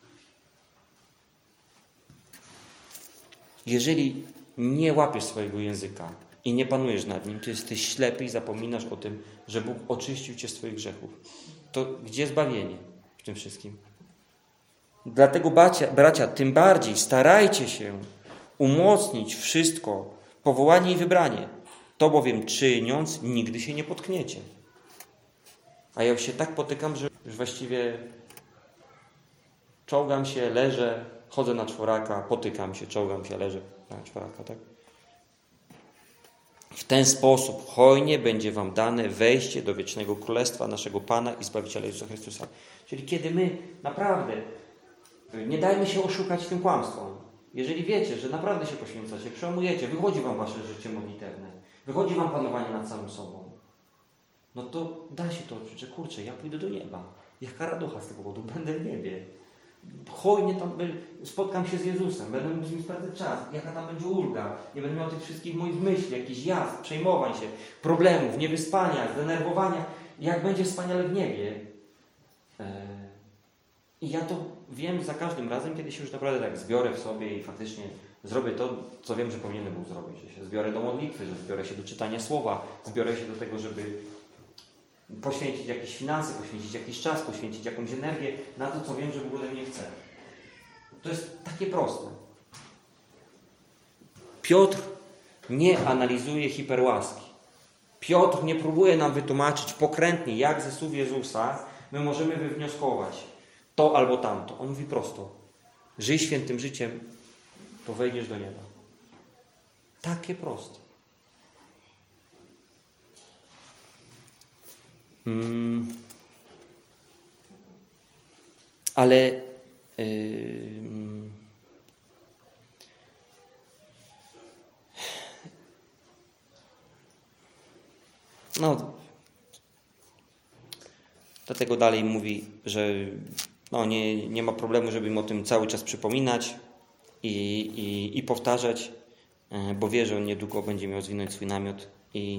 Jeżeli nie łapiesz swojego języka i nie panujesz nad nim, to jesteś ślepy i zapominasz o tym, że Bóg oczyścił cię z twoich grzechów. To gdzie zbawienie w tym wszystkim? Dlatego bracia, bracia, tym bardziej starajcie się umocnić wszystko, powołanie i wybranie. To bowiem czyniąc, nigdy się nie potkniecie. A ja już się tak potykam, że już właściwie czołgam się, leżę, chodzę na czworaka, potykam się, czołgam się, leżę na czworaka, tak? W ten sposób hojnie będzie wam dane wejście do wiecznego królestwa naszego Pana i Zbawiciela Jezusa Chrystusa. Czyli kiedy my naprawdę nie dajmy się oszukać tym kłamstwom. Jeżeli wiecie, że naprawdę się poświęcacie, przełamujecie, wychodzi wam wasze życie modlitewne, wychodzi wam panowanie nad samym sobą, no to da się to odczuć, że kurczę, ja pójdę do nieba. Jaka radocha z tego powodu, będę w niebie. Hojnie tam spotkam się z Jezusem, będę mógł z nim spędzać czas, jaka tam będzie ulga, nie będę miał tych wszystkich moich myśli, jakichś jazd, przejmowań się, problemów, niewyspania, zdenerwowania, jak będzie wspaniale w niebie. I ja to wiem za każdym razem, kiedy się już naprawdę tak zbiorę w sobie i faktycznie zrobię to, co wiem, że powinienem był zrobić, że się zbiorę do modlitwy, że zbiorę się do czytania słowa, zbiorę się do tego, żeby poświęcić jakieś finanse, poświęcić jakiś czas, poświęcić jakąś energię na to, co wiem, że w ogóle mnie chce. To jest takie proste. Piotr nie analizuje hiperłaski. Piotr nie próbuje nam wytłumaczyć pokrętnie, jak ze słów Jezusa my możemy wywnioskować to albo tamto. On mówi prosto. Żyj świętym życiem, to wejdziesz do nieba. Takie proste. Hmm. Ale yy, no dlatego dalej mówi, że no nie, nie ma problemu, żeby im o tym cały czas przypominać i, i, i powtarzać, bo wie, że on niedługo będzie miał zwinąć swój namiot i,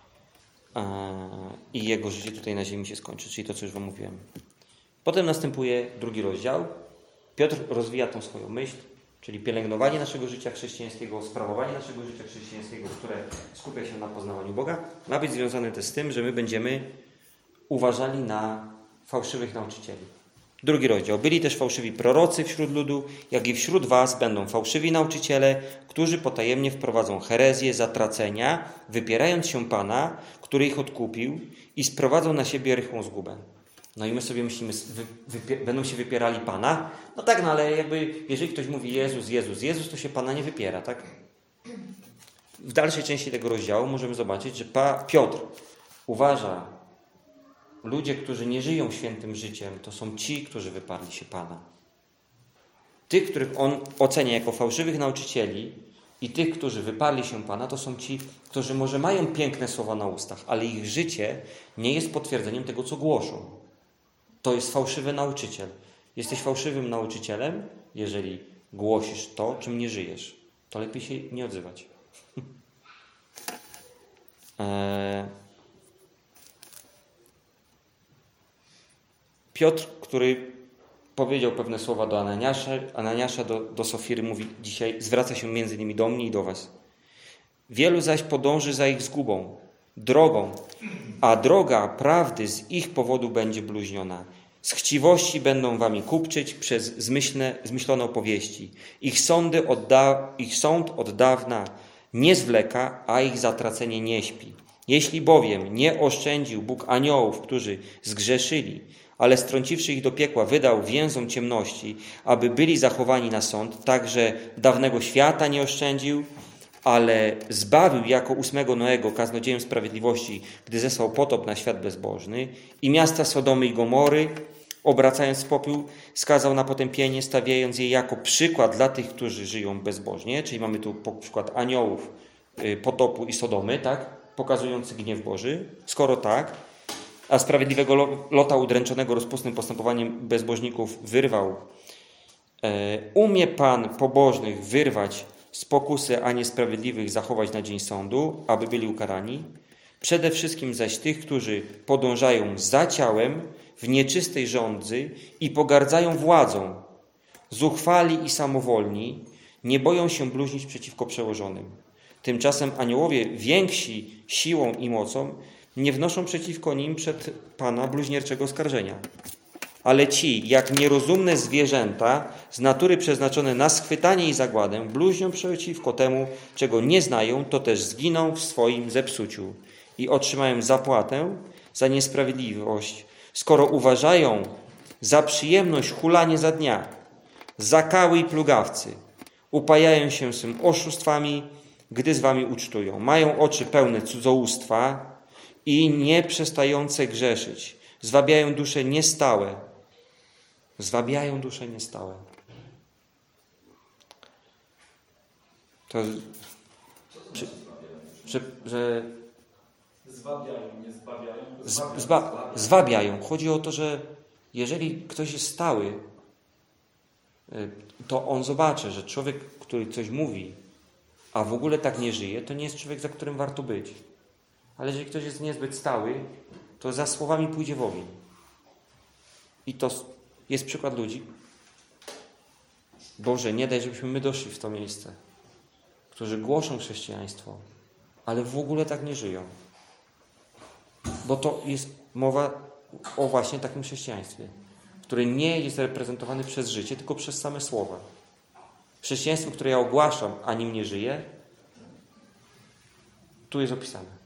i jego życie tutaj na ziemi się skończy, czyli to, co już wam mówiłem. Potem następuje drugi rozdział. Piotr rozwija tą swoją myśl, czyli pielęgnowanie naszego życia chrześcijańskiego, sprawowanie naszego życia chrześcijańskiego, które skupia się na poznawaniu Boga, ma być związane też z tym, że my będziemy uważali na fałszywych nauczycieli. Drugi rozdział. Byli też fałszywi prorocy wśród ludu, jak i wśród was będą fałszywi nauczyciele, którzy potajemnie wprowadzą herezję, zatracenia, wypierając się Pana, który ich odkupił, i sprowadzą na siebie rychłą zgubę. No i my sobie myślimy, wy, wypie, będą się wypierali Pana? No tak, no ale jakby, jeżeli ktoś mówi Jezus, Jezus, Jezus, to się Pana nie wypiera, tak? W dalszej części tego rozdziału możemy zobaczyć, że pa, Piotr uważa, ludzie, którzy nie żyją świętym życiem, to są ci, którzy wyparli się Pana. Tych, których on ocenia jako fałszywych nauczycieli, i tych, którzy wyparli się Pana, to są ci, którzy może mają piękne słowa na ustach, ale ich życie nie jest potwierdzeniem tego, co głoszą. To jest fałszywy nauczyciel. Jesteś fałszywym nauczycielem, jeżeli głosisz to, czym nie żyjesz. To lepiej się nie odzywać. eee... Piotr, który powiedział pewne słowa do Ananiasza, Ananiasza do, do Sofiry, mówi dzisiaj, zwraca się między innymi do mnie i do was. Wielu zaś podąży za ich zgubą, drogą, a droga prawdy z ich powodu będzie bluźniona. Z chciwości będą wami kupczyć przez zmyślne, zmyślone opowieści. Ich, sądy odda, ich sąd od dawna nie zwleka, a ich zatracenie nie śpi. Jeśli bowiem nie oszczędził Bóg aniołów, którzy zgrzeszyli, ale strąciwszy ich do piekła, wydał więzom ciemności, aby byli zachowani na sąd, także dawnego świata nie oszczędził, ale zbawił jako ósmego Noego kaznodziejem sprawiedliwości, gdy zesłał potop na świat bezbożny, i miasta Sodomy i Gomory, obracając w popiół, skazał na potępienie, stawiając je jako przykład dla tych, którzy żyją bezbożnie, czyli mamy tu przykład aniołów potopu i Sodomy, tak, pokazujący gniew Boży. Skoro tak, a sprawiedliwego Lota udręczonego rozpustnym postępowaniem bezbożników wyrwał, umie Pan pobożnych wyrwać z pokusy, a niesprawiedliwych zachować na dzień sądu, aby byli ukarani. Przede wszystkim zaś tych, którzy podążają za ciałem w nieczystej żądzy i pogardzają władzą, zuchwali i samowolni, nie boją się bluźnić przeciwko przełożonym. Tymczasem aniołowie więksi siłą i mocą nie wnoszą przeciwko nim przed Pana bluźnierczego oskarżenia. Ale ci, jak nierozumne zwierzęta, z natury przeznaczone na schwytanie i zagładę, bluźnią przeciwko temu, czego nie znają, to też zginą w swoim zepsuciu i otrzymają zapłatę za niesprawiedliwość, skoro uważają za przyjemność hulanie za dnia, zakały i plugawcy, upajają się swym oszustwami, gdy z wami ucztują. Mają oczy pełne cudzołóstwa i nieprzestające grzeszyć. Zwabiają dusze niestałe. Zwabiają dusze niestałe. To, że, że, że zwabiają, nie zbawiają. z, zba, zwabiają. Chodzi o to, że jeżeli ktoś jest stały, to on zobaczy, że człowiek, który coś mówi, a w ogóle tak nie żyje, to nie jest człowiek, za którym warto być. Ale jeżeli ktoś jest niezbyt stały, to za słowami pójdzie w ogień. I to jest przykład ludzi. Boże, nie daj, żebyśmy my doszli w to miejsce, którzy głoszą chrześcijaństwo, ale w ogóle tak nie żyją. Bo to jest mowa o właśnie takim chrześcijaństwie, które nie jest reprezentowane przez życie, tylko przez same słowa. Chrześcijaństwo, które ja ogłaszam, a nim nie żyję, tu jest opisane.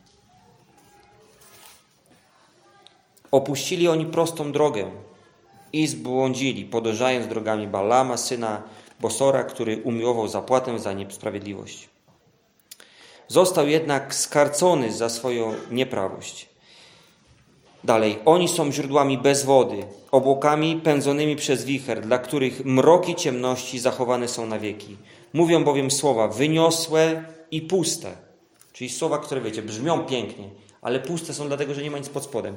Opuścili oni prostą drogę i zbłądzili, podążając drogami Balama, syna Bosora, który umiłował zapłatę za niesprawiedliwość. Został jednak skarcony za swoją nieprawość. Dalej. Oni są źródłami bez wody, obłokami pędzonymi przez wicher, dla których mroki ciemności zachowane są na wieki. Mówią bowiem słowa wyniosłe i puste. Czyli słowa, które wiecie, brzmią pięknie, ale puste są dlatego, że nie ma nic pod spodem.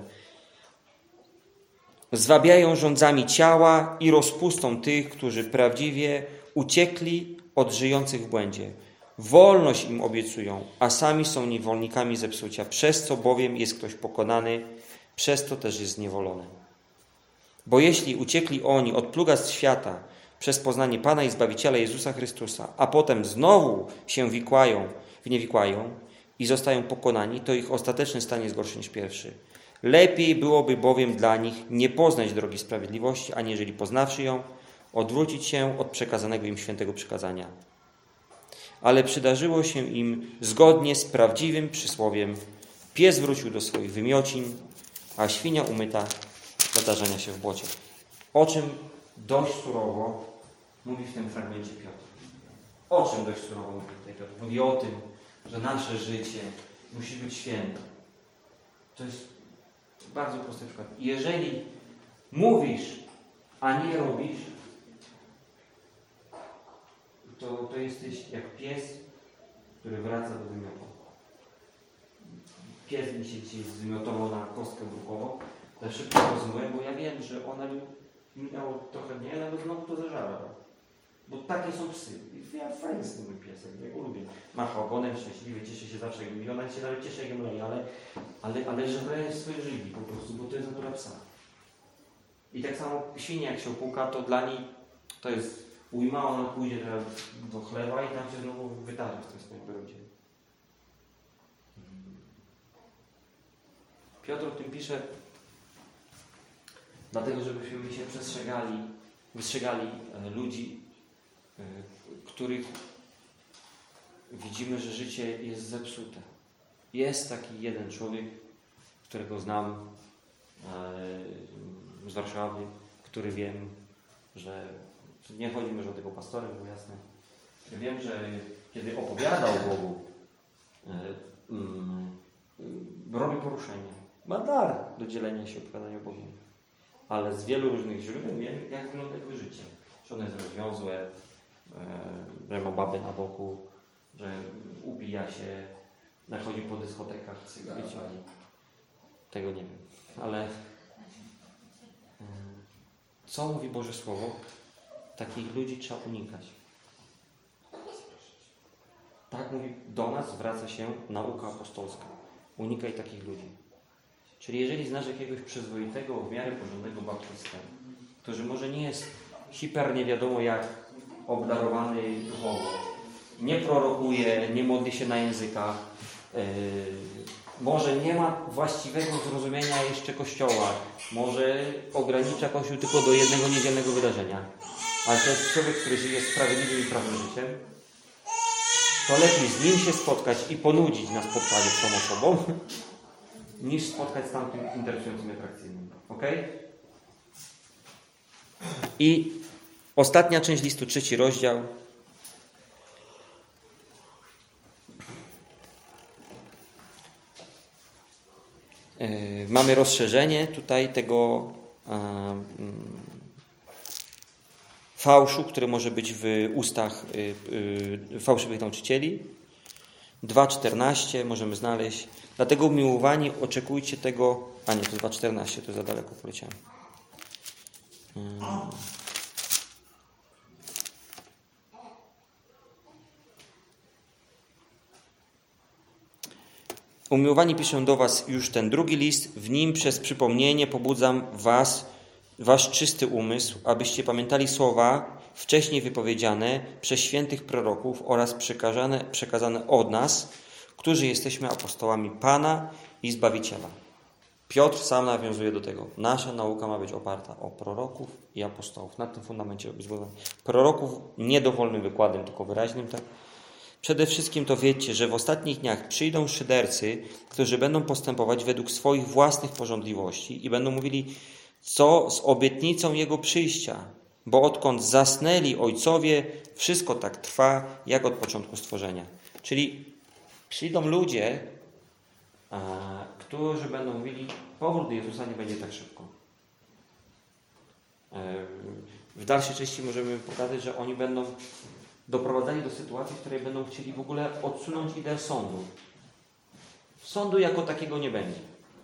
Zwabiają rządzami ciała i rozpustą tych, którzy prawdziwie uciekli od żyjących w błędzie. Wolność im obiecują, a sami są niewolnikami zepsucia, przez co bowiem jest ktoś pokonany, przez to też jest zniewolony. Bo jeśli uciekli oni od plugastw świata przez poznanie Pana i Zbawiciela Jezusa Chrystusa, a potem znowu się wikłają, w nie wikłają i zostają pokonani, to ich ostateczny stan jest gorszy niż pierwszy. Lepiej byłoby bowiem dla nich nie poznać drogi sprawiedliwości, aniżeli poznawszy ją, odwrócić się od przekazanego im świętego przykazania. Ale przydarzyło się im zgodnie z prawdziwym przysłowiem: pies wrócił do swoich wymiocin, a świnia umyta do tarzania się w błocie. O czym dość surowo mówi w tym fragmencie Piotr? O czym dość surowo mówi tutaj Piotr? Mówi o tym, że nasze życie musi być święte. To jest bardzo prosty przykład. Jeżeli mówisz, a nie robisz, to, to jesteś jak pies, który wraca do wymiotu. Pies mi się dzisiaj zwymiotował na kostkę brukową. Za szybko rozumiem, bo ja wiem, że ona mi minęło trochę dni, ale znowu to zażara. Bo takie są psy. I ja fajny jest ten mój piesek, ja go lubię. Macha ogonem, szczęśliwy, cieszy się zawsze, jak mi ona się nawet cieszy, jak ją robi, ale, ale, ale żre swoje żygi po prostu, bo to jest natura psa. I tak samo świnia, jak się opłuka, to dla niej to jest ujma, ona pójdzie teraz do chleba i tam się znowu wydarzy w tym swoim brodzie. Piotr o tym pisze dlatego, żebyśmy się przestrzegali, wystrzegali ludzi, których widzimy, że życie jest zepsute. Jest taki jeden człowiek, którego znam z Warszawy, który wiem, że nie chodzi mi o tego pastora, bo jasne. Wiem, że kiedy opowiada o Bogu, robi poruszenie. Ma dar do dzielenia się opowiadania o Bogu. Ale z wielu różnych źródeł wiem, jak wygląda jego życie. Że ono jest rozwiązłe, że ma babę na boku, że upija się, nachodzi po dyskotekach, wiecie, tego nie wiem. Ale co mówi Boże Słowo? Takich ludzi trzeba unikać. Tak mówi, do nas zwraca się nauka apostolska. Unikaj takich ludzi. Czyli jeżeli znasz jakiegoś przyzwoitego, w miarę porządnego baptystę, który może nie jest hiper nie wiadomo jak obdarowany duchowo, nie prorokuje, nie modli się na językach, yy, może nie ma właściwego zrozumienia jeszcze Kościoła, może ogranicza Kościół tylko do jednego niedzielnego wydarzenia, ale to jest człowiek, który żyje sprawiedliwym i prawym życiem, to lepiej z nim się spotkać i ponudzić na spotkaniu z tą osobą, niż spotkać z tamtym interesującym i atrakcyjnym. Ok? I ostatnia część listu, trzeci rozdział. Yy, mamy rozszerzenie tutaj tego yy, fałszu, który może być w ustach yy, yy, fałszywych nauczycieli. dwa czternaście możemy znaleźć. Dlatego umiłowani oczekujcie tego... A nie, to dwa czternaście, to za daleko poleciałem. Hmm. Umiłowani piszę do was już ten drugi list. W nim przez przypomnienie pobudzam was, wasz czysty umysł, abyście pamiętali słowa wcześniej wypowiedziane przez świętych proroków oraz przekazane, przekazane od nas, którzy jesteśmy apostołami Pana i Zbawiciela. Piotr sam nawiązuje do tego. Nasza nauka ma być oparta o proroków i apostołów. Na tym fundamencie być zbudowana. Proroków nie dowolnym wykładem, tylko wyraźnym. Tak? Przede wszystkim to wiecie, że w ostatnich dniach przyjdą szydercy, którzy będą postępować według swoich własnych porządliwości i będą mówili, co z obietnicą Jego przyjścia. Bo odkąd zasnęli ojcowie, wszystko tak trwa, jak od początku stworzenia. Czyli przyjdą ludzie, którzy będą mówili, powrót Jezusa nie będzie tak szybko. W dalszej części możemy pokazać, że oni będą doprowadzani do sytuacji, w której będą chcieli w ogóle odsunąć ideę sądu. Sądu jako takiego nie będzie.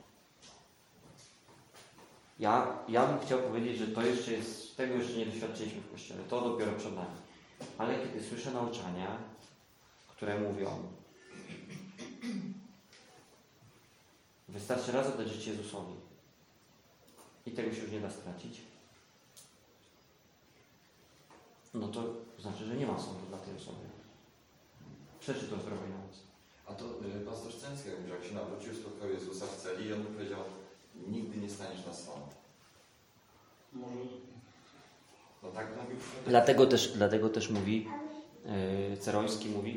Ja, ja bym chciał powiedzieć, że to jeszcze jest, tego jeszcze nie doświadczyliśmy w Kościele. To dopiero przed nami. Ale kiedy słyszę nauczania, które mówią, wystarczy raz oddać życie Jezusowi i tego się już nie da stracić, no to znaczy, że nie ma sądu dla tej osoby. Przeczy to zdrowej nauce. A to y, pastor Szczęcki, jak się nawrócił, spotkał Jezusa w celi i on mu powiedział, nigdy nie staniesz na sąd. Może... No tak mówił. Dlatego też, dlatego też mówi, yy, Ceroński mówi,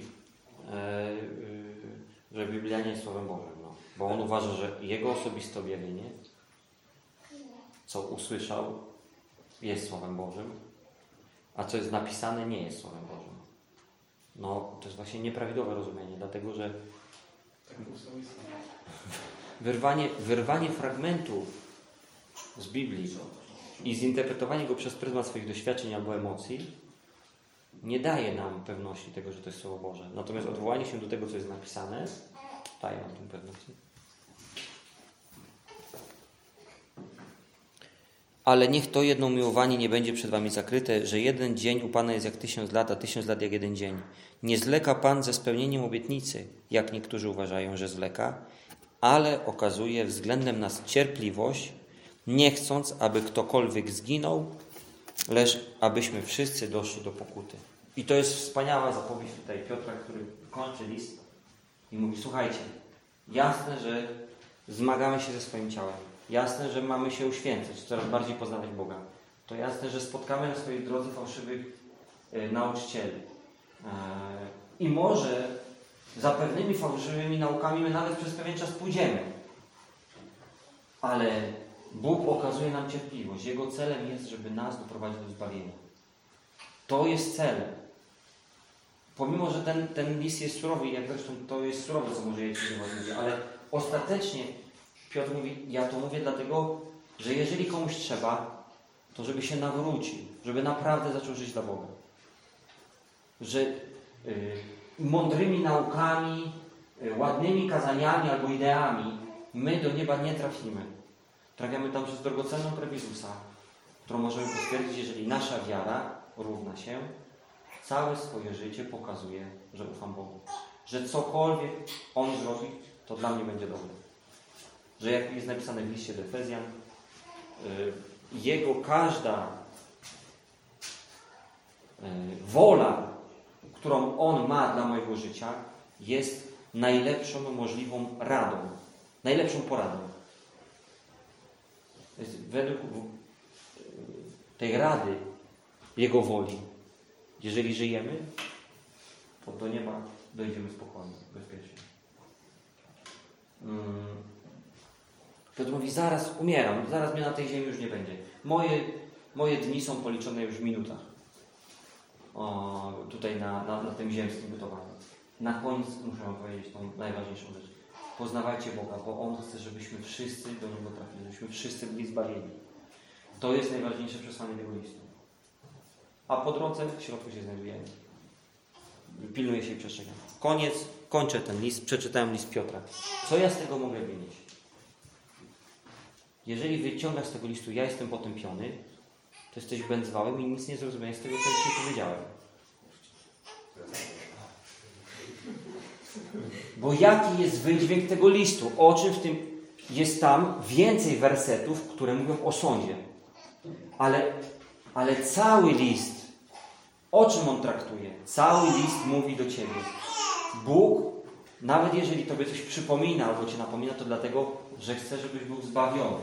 yy, że Biblia nie jest Słowem Bożym. No. Bo on uważa, że jego osobiste objawienie, co usłyszał, jest Słowem Bożym, a co jest napisane, nie jest Słowem Bożym. No, to jest właśnie nieprawidłowe rozumienie, dlatego że wyrwanie, wyrwanie fragmentów z Biblii i zinterpretowanie go przez pryzmat swoich doświadczeń albo emocji nie daje nam pewności tego, że to jest Słowo Boże. Natomiast odwołanie się do tego, co jest napisane, daje nam tę pewność. Ale niech to jedno umiłowanie nie będzie przed wami zakryte, że jeden dzień u Pana jest jak tysiąc lat, a tysiąc lat jak jeden dzień. Nie zwleka Pan ze spełnieniem obietnicy, jak niektórzy uważają, że zwleka, ale okazuje względem nas cierpliwość, nie chcąc, aby ktokolwiek zginął, lecz abyśmy wszyscy doszli do pokuty. I to jest wspaniała zapowiedź tutaj Piotra, który kończy list i mówi, słuchajcie, jasne, że zmagamy się ze swoim ciałem. Jasne, że mamy się uświęcać, coraz bardziej poznawać Boga. To jasne, że spotkamy na swojej drodze fałszywych e, nauczycieli. E, I może za pewnymi fałszywymi naukami my nawet przez pewien czas pójdziemy. Ale Bóg okazuje nam cierpliwość. Jego celem jest, żeby nas doprowadzić do zbawienia. To jest cel. Pomimo, że ten, ten list jest surowy, jak zresztą to jest surowe, co może jeść, ale ostatecznie Piotr mówi, ja to mówię dlatego, że jeżeli komuś trzeba, to żeby się nawrócił, żeby naprawdę zaczął żyć dla Boga. Że y, mądrymi naukami, y, ładnymi kazaniami albo ideami my do nieba nie trafimy. Trafiamy tam przez drogocenną krew Jezusa, którą możemy potwierdzić, jeżeli nasza wiara równa się, całe swoje życie pokazuje, że ufam Bogu. Że cokolwiek On zrobi, to dla mnie będzie dobre. Że jak jest napisane w liście do Efezjan, Jego każda wola, którą On ma dla mojego życia, jest najlepszą możliwą radą, najlepszą poradą. Według tej rady Jego woli, jeżeli żyjemy, to do nieba dojdziemy spokojnie, bezpiecznie. Hmm. Piotr mówi, zaraz umieram, zaraz mnie na tej ziemi już nie będzie. Moje, moje dni są policzone już w minutach. O, tutaj na, na, na tym ziemskim bytowaniu. Na koniec muszę wam powiedzieć tą najważniejszą rzecz. Poznawajcie Boga, bo On chce, żebyśmy wszyscy do Niego trafili, żebyśmy wszyscy byli zbawieni. To jest najważniejsze przesłanie tego listu. A po drodze w środku się znajdujemy. Pilnuję się i przestrzegam. Koniec, kończę ten list, przeczytałem list Piotra. Co ja z tego mogę wynieść? Jeżeli wyciągasz z tego listu, ja jestem potępiony, to jesteś będzwałem i nic nie zrozumiałeś z tego, co dzisiaj powiedziałem. Bo jaki jest wydźwięk tego listu? O czym w tym jest tam więcej wersetów, które mówią o sądzie. Ale, ale cały list, o czym on traktuje? Cały list mówi do ciebie. Bóg, nawet jeżeli tobie coś przypomina albo cię napomina, to dlatego, że chce, żebyś był zbawiony.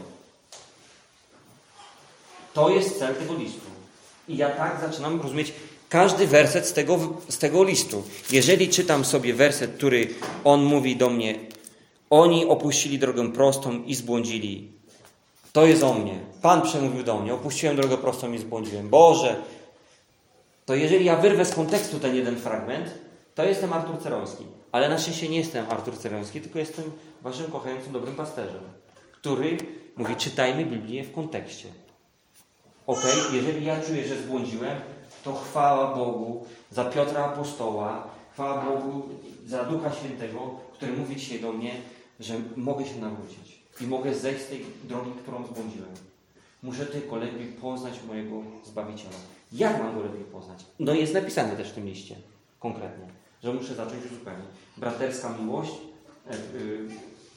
To jest cel tego listu. I ja tak zaczynam rozumieć każdy werset z tego, z tego listu. Jeżeli czytam sobie werset, który on mówi do mnie, oni opuścili drogę prostą i zbłądzili. To jest o mnie. Pan przemówił do mnie. Opuściłem drogę prostą i zbłądziłem. Boże, to jeżeli ja wyrwę z kontekstu ten jeden fragment, to jestem Artur Ceroński. Ale na szczęście nie jestem Artur Ceroński, tylko jestem waszym kochającym dobrym pasterzem, który mówi, czytajmy Biblię w kontekście. Okej, okay? Jeżeli ja czuję, że zbłądziłem, to chwała Bogu za Piotra Apostoła, chwała Bogu za Ducha Świętego, który mówi dzisiaj do mnie, że mogę się nawrócić i mogę zejść z tej drogi, którą zbłądziłem. Muszę tylko lepiej poznać mojego Zbawiciela. Jak mam go lepiej poznać? No jest napisane też w tym liście, konkretnie, że muszę zacząć zupełnie. Braterska miłość, e, y,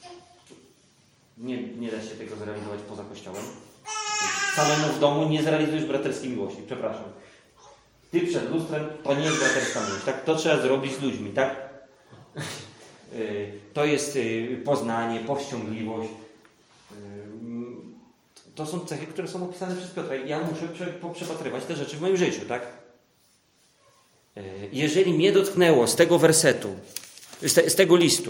nie, nie da się tego zrealizować poza Kościołem. Samemu w domu nie zrealizujesz braterskiej miłości, przepraszam. Ty przed lustrem, to nie jest braterska miłość, tak? To trzeba zrobić z ludźmi, tak? To jest poznanie, powściągliwość. To są cechy, które są opisane przez Piotra. Ja muszę przepatrywać te rzeczy w moim życiu, tak? Jeżeli mnie dotknęło z tego wersetu, z, te, z tego listu,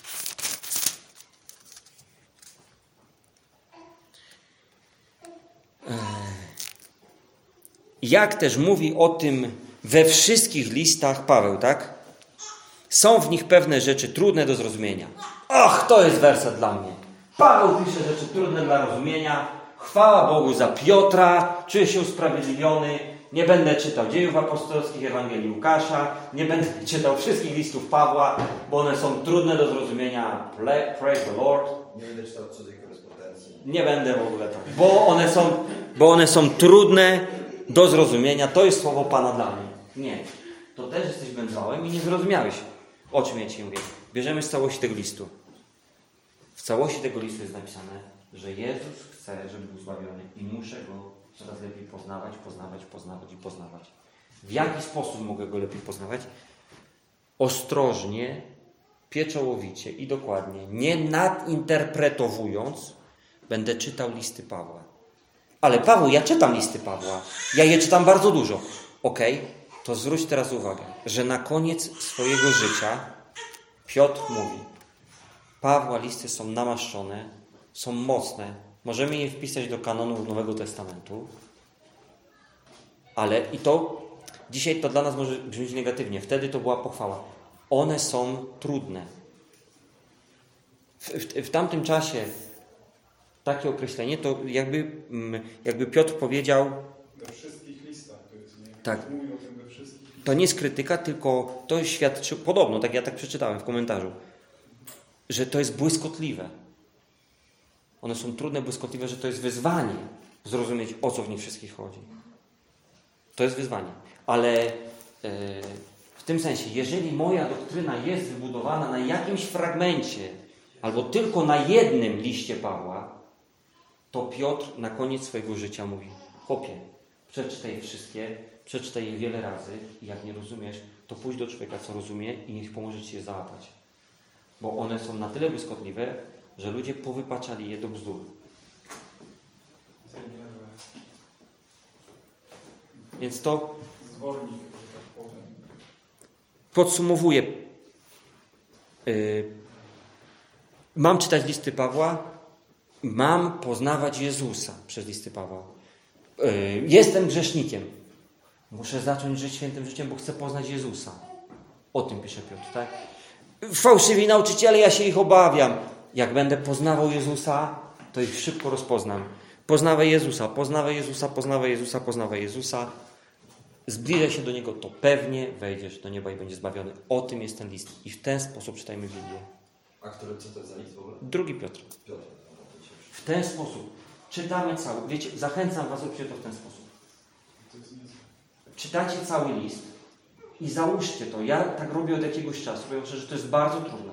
jak też mówi o tym we wszystkich listach Paweł, tak? Są w nich pewne rzeczy trudne do zrozumienia. Och, to jest werset dla mnie. Paweł pisze rzeczy trudne dla rozumienia. Chwała Bogu za Piotra. Czuję się usprawiedliwiony. Nie będę czytał Dziejów Apostolskich, Ewangelii Łukasza. Nie będę czytał wszystkich listów Pawła, bo one są trudne do zrozumienia. Praise the Lord. Nie będę czytał cudzej korespondencji. Nie będę w ogóle tak. Bo one są, bo one są trudne do zrozumienia. To jest słowo Pana dla mnie. Nie. To też jesteś wędrowym i nie zrozumiałeś, o czym ja Ci mówię. Bierzemy z całości tego listu. W całości tego listu jest napisane, że Jezus chce, żeby był zbawiony i muszę Go coraz lepiej poznawać, poznawać, poznawać i poznawać. W jaki sposób mogę Go lepiej poznawać? Ostrożnie, pieczołowicie i dokładnie, nie nadinterpretowując, będę czytał listy Pawła. Ale Paweł, ja czytam listy Pawła. Ja je czytam bardzo dużo. Okej, okay, to zwróć teraz uwagę, że na koniec swojego życia Piotr mówi, Pawła listy są namaszczone, są mocne, możemy je wpisać do kanonu Nowego Testamentu, ale i to, dzisiaj to dla nas może brzmieć negatywnie, wtedy to była pochwała. One są trudne. W, w, w tamtym czasie takie określenie, to jakby, jakby Piotr powiedział... We wszystkich listach to jest, nie? Tak. Mówi o tym we wszystkich listach. To nie jest krytyka, tylko to świadczy, podobno, tak ja tak przeczytałem w komentarzu, że to jest błyskotliwe. One są trudne, błyskotliwe, że to jest wyzwanie zrozumieć, o co w nich wszystkich chodzi. To jest wyzwanie. Ale yy, w tym sensie, jeżeli moja doktryna jest wybudowana na jakimś fragmencie, albo tylko na jednym liście Pawła, to Piotr na koniec swojego życia mówi, chłopie, przeczytaj je wszystkie, przeczytaj je wiele razy i jak nie rozumiesz, to pójdź do człowieka, co rozumie i niech pomoże Ci je załapać. Bo one są na tyle błyskotliwe, że ludzie powypaczali je do bzdur. Więc to Zwornik, że tak powiem. podsumowuję. Yy, mam czytać listy Pawła, mam poznawać Jezusa przez listy Pawła. Yy, jestem grzesznikiem. Muszę zacząć żyć świętym życiem, bo chcę poznać Jezusa. O tym pisze Piotr, tak? Fałszywi nauczyciele, ja się ich obawiam. Jak będę poznawał Jezusa, to ich szybko rozpoznam. Poznawaj Jezusa, poznawaj Jezusa, poznawaj Jezusa, poznawaj Jezusa. Zbliżaj się do Niego, to pewnie wejdziesz do nieba i będziesz zbawiony. O tym jest ten list. I w ten sposób czytajmy Biblię. A który, co to jest za list w ogóle? Drugi Piotr. Piotr. W ten sposób czytamy cały. Wiecie, zachęcam was, róbcie to w ten sposób. Czytacie cały list i załóżcie to. Ja tak robię od jakiegoś czasu, ponieważ że to jest bardzo trudne.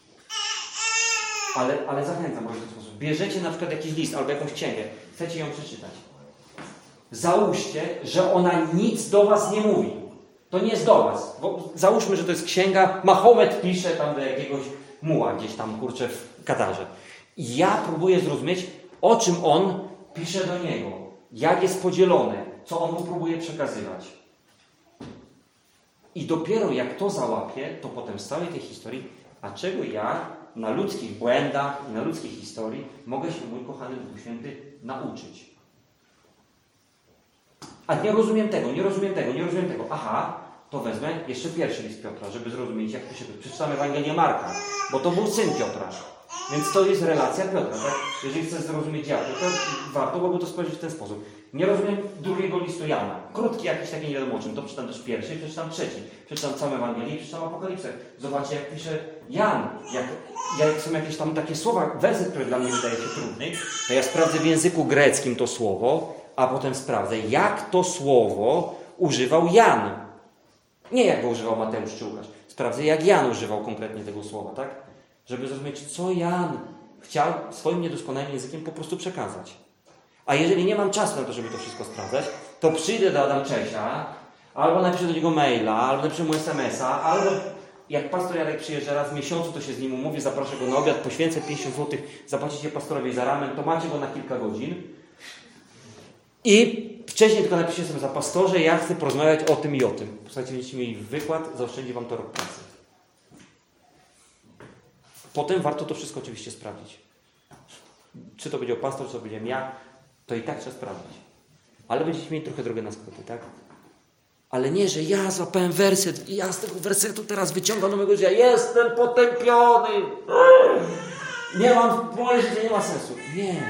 Ale, ale zachęcam was w ten sposób. Bierzecie na przykład jakiś list albo jakąś księgę. Chcecie ją przeczytać. Załóżcie, że ona nic do was nie mówi. To nie jest do was. Bo załóżmy, że to jest księga. Mahomet pisze tam do jakiegoś muła gdzieś tam, kurczę, w Katarze. I ja próbuję zrozumieć, o czym on pisze do niego. Jak jest podzielone. Co on mu próbuje przekazywać. I dopiero jak to załapię, to potem z całej tej historii, a czego ja na ludzkich błędach i na ludzkiej historii mogę się, mój kochany Duch Święty, nauczyć. A nie rozumiem tego, nie rozumiem tego, nie rozumiem tego. Aha, to wezmę jeszcze pierwszy list Piotra, żeby zrozumieć, jak to się... Przeczytamy Ewangelię Marka, bo to był syn Piotra. Więc to jest relacja Piotra, tak? Jeżeli chcesz zrozumieć ja, to warto byłoby to spojrzeć w ten sposób. Nie rozumiem drugiego listu Jana. Krótki jakiś taki, nie wiadomo o czym. To przeczytam też pierwszy, przeczytam trzeci. Przeczytam całą Ewangelię i przeczytam Apokalipsę. Zobaczcie, jak pisze Jan. Jak, jak są jakieś tam takie słowa, werset, które dla mnie wydaje się trudny, to ja sprawdzę w języku greckim to słowo, a potem sprawdzę, jak to słowo używał Jan. Nie jak go używał Mateusz czy Łukasz. Sprawdzę, jak Jan używał konkretnie tego słowa, tak? Żeby zrozumieć, co Jan chciał swoim niedoskonałym językiem po prostu przekazać. A jeżeli nie mam czasu na to, żeby to wszystko sprawdzać, to przyjdę do Adam Czesia, albo napiszę do niego maila, albo napiszę mu es em es a, albo jak pastor Jarek przyjeżdża raz w miesiącu, to się z nim umówię, zaproszę go na obiad, poświęcę pięćdziesiąt złotych, zapłacicie pastorowi za ramen, to macie go na kilka godzin. I wcześniej tylko napiszę sobie za pastorze, ja chcę porozmawiać o tym i o tym. Słuchajcie, będziecie mieli wykład, zaoszczędzi wam to rok pracy. Potem warto to wszystko oczywiście sprawdzić. Czy to będzie pastor, czy to będziemy ja, to i tak trzeba sprawdzić. Ale będziecie mieli trochę drogę na skróty, tak? Ale nie, że ja złapałem werset i ja z tego wersetu teraz wyciągam nowego życia. Jestem potępiony. Nie mam, moje życie nie ma sensu. Nie.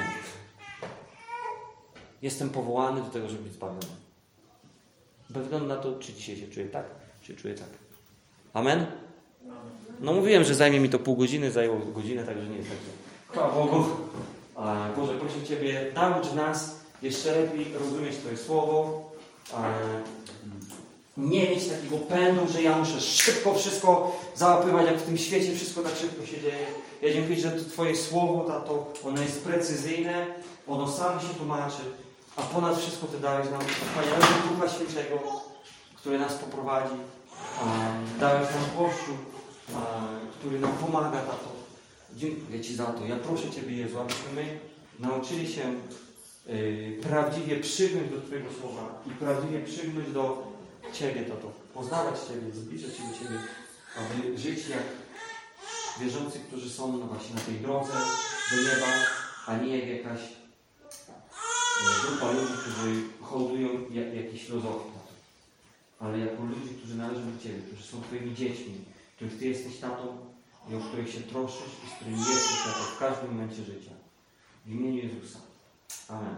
Jestem powołany do tego, żeby być zbawiony. Bez względu na to, czy dzisiaj się czuję tak, czy czuję tak. Amen? No mówiłem, że zajmie mi to pół godziny, zajęło godzinę, także nie jest tak. Chwała Bogu. A Boże, proszę Ciebie, naucz nas jeszcze lepiej rozumieć Twoje słowo. A nie mieć takiego pędu, że ja muszę szybko wszystko załapywać, jak w tym świecie wszystko tak szybko się dzieje. Ja dziękuję, że to Twoje słowo, tato, ono jest precyzyjne, ono samo się tłumaczy, a ponad wszystko Ty dałeś nam wspaniałego Ducha Świętego, który nas poprowadzi. A dałeś nam Kościół, a, który nam pomaga, tato. Dziękuję Ci za to. Ja proszę Ciebie, Jezu, abyśmy my nauczyli się yy, prawdziwie przygnąć do Twojego słowa i prawdziwie przygnąć do Ciebie, tato. Poznawać Ciebie, zbliżać się do Ciebie, aby żyć jak wierzący, którzy są no właśnie na tej drodze do nieba, a nie jak jakaś yy, grupa ludzi, którzy hołdują jak, jakiejś filozofii, tato. Ale jako ludzi, którzy należą do Ciebie, którzy są Twoimi dziećmi, których Ty jesteś tatą, i o których się troszysz i z którymi jesteś w każdym momencie życia. W imieniu Jezusa. Amen.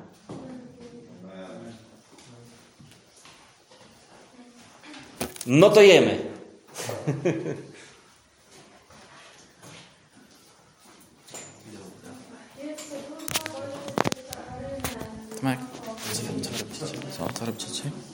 No to jemy. Tomek, co, co robicie? Co, co robicie?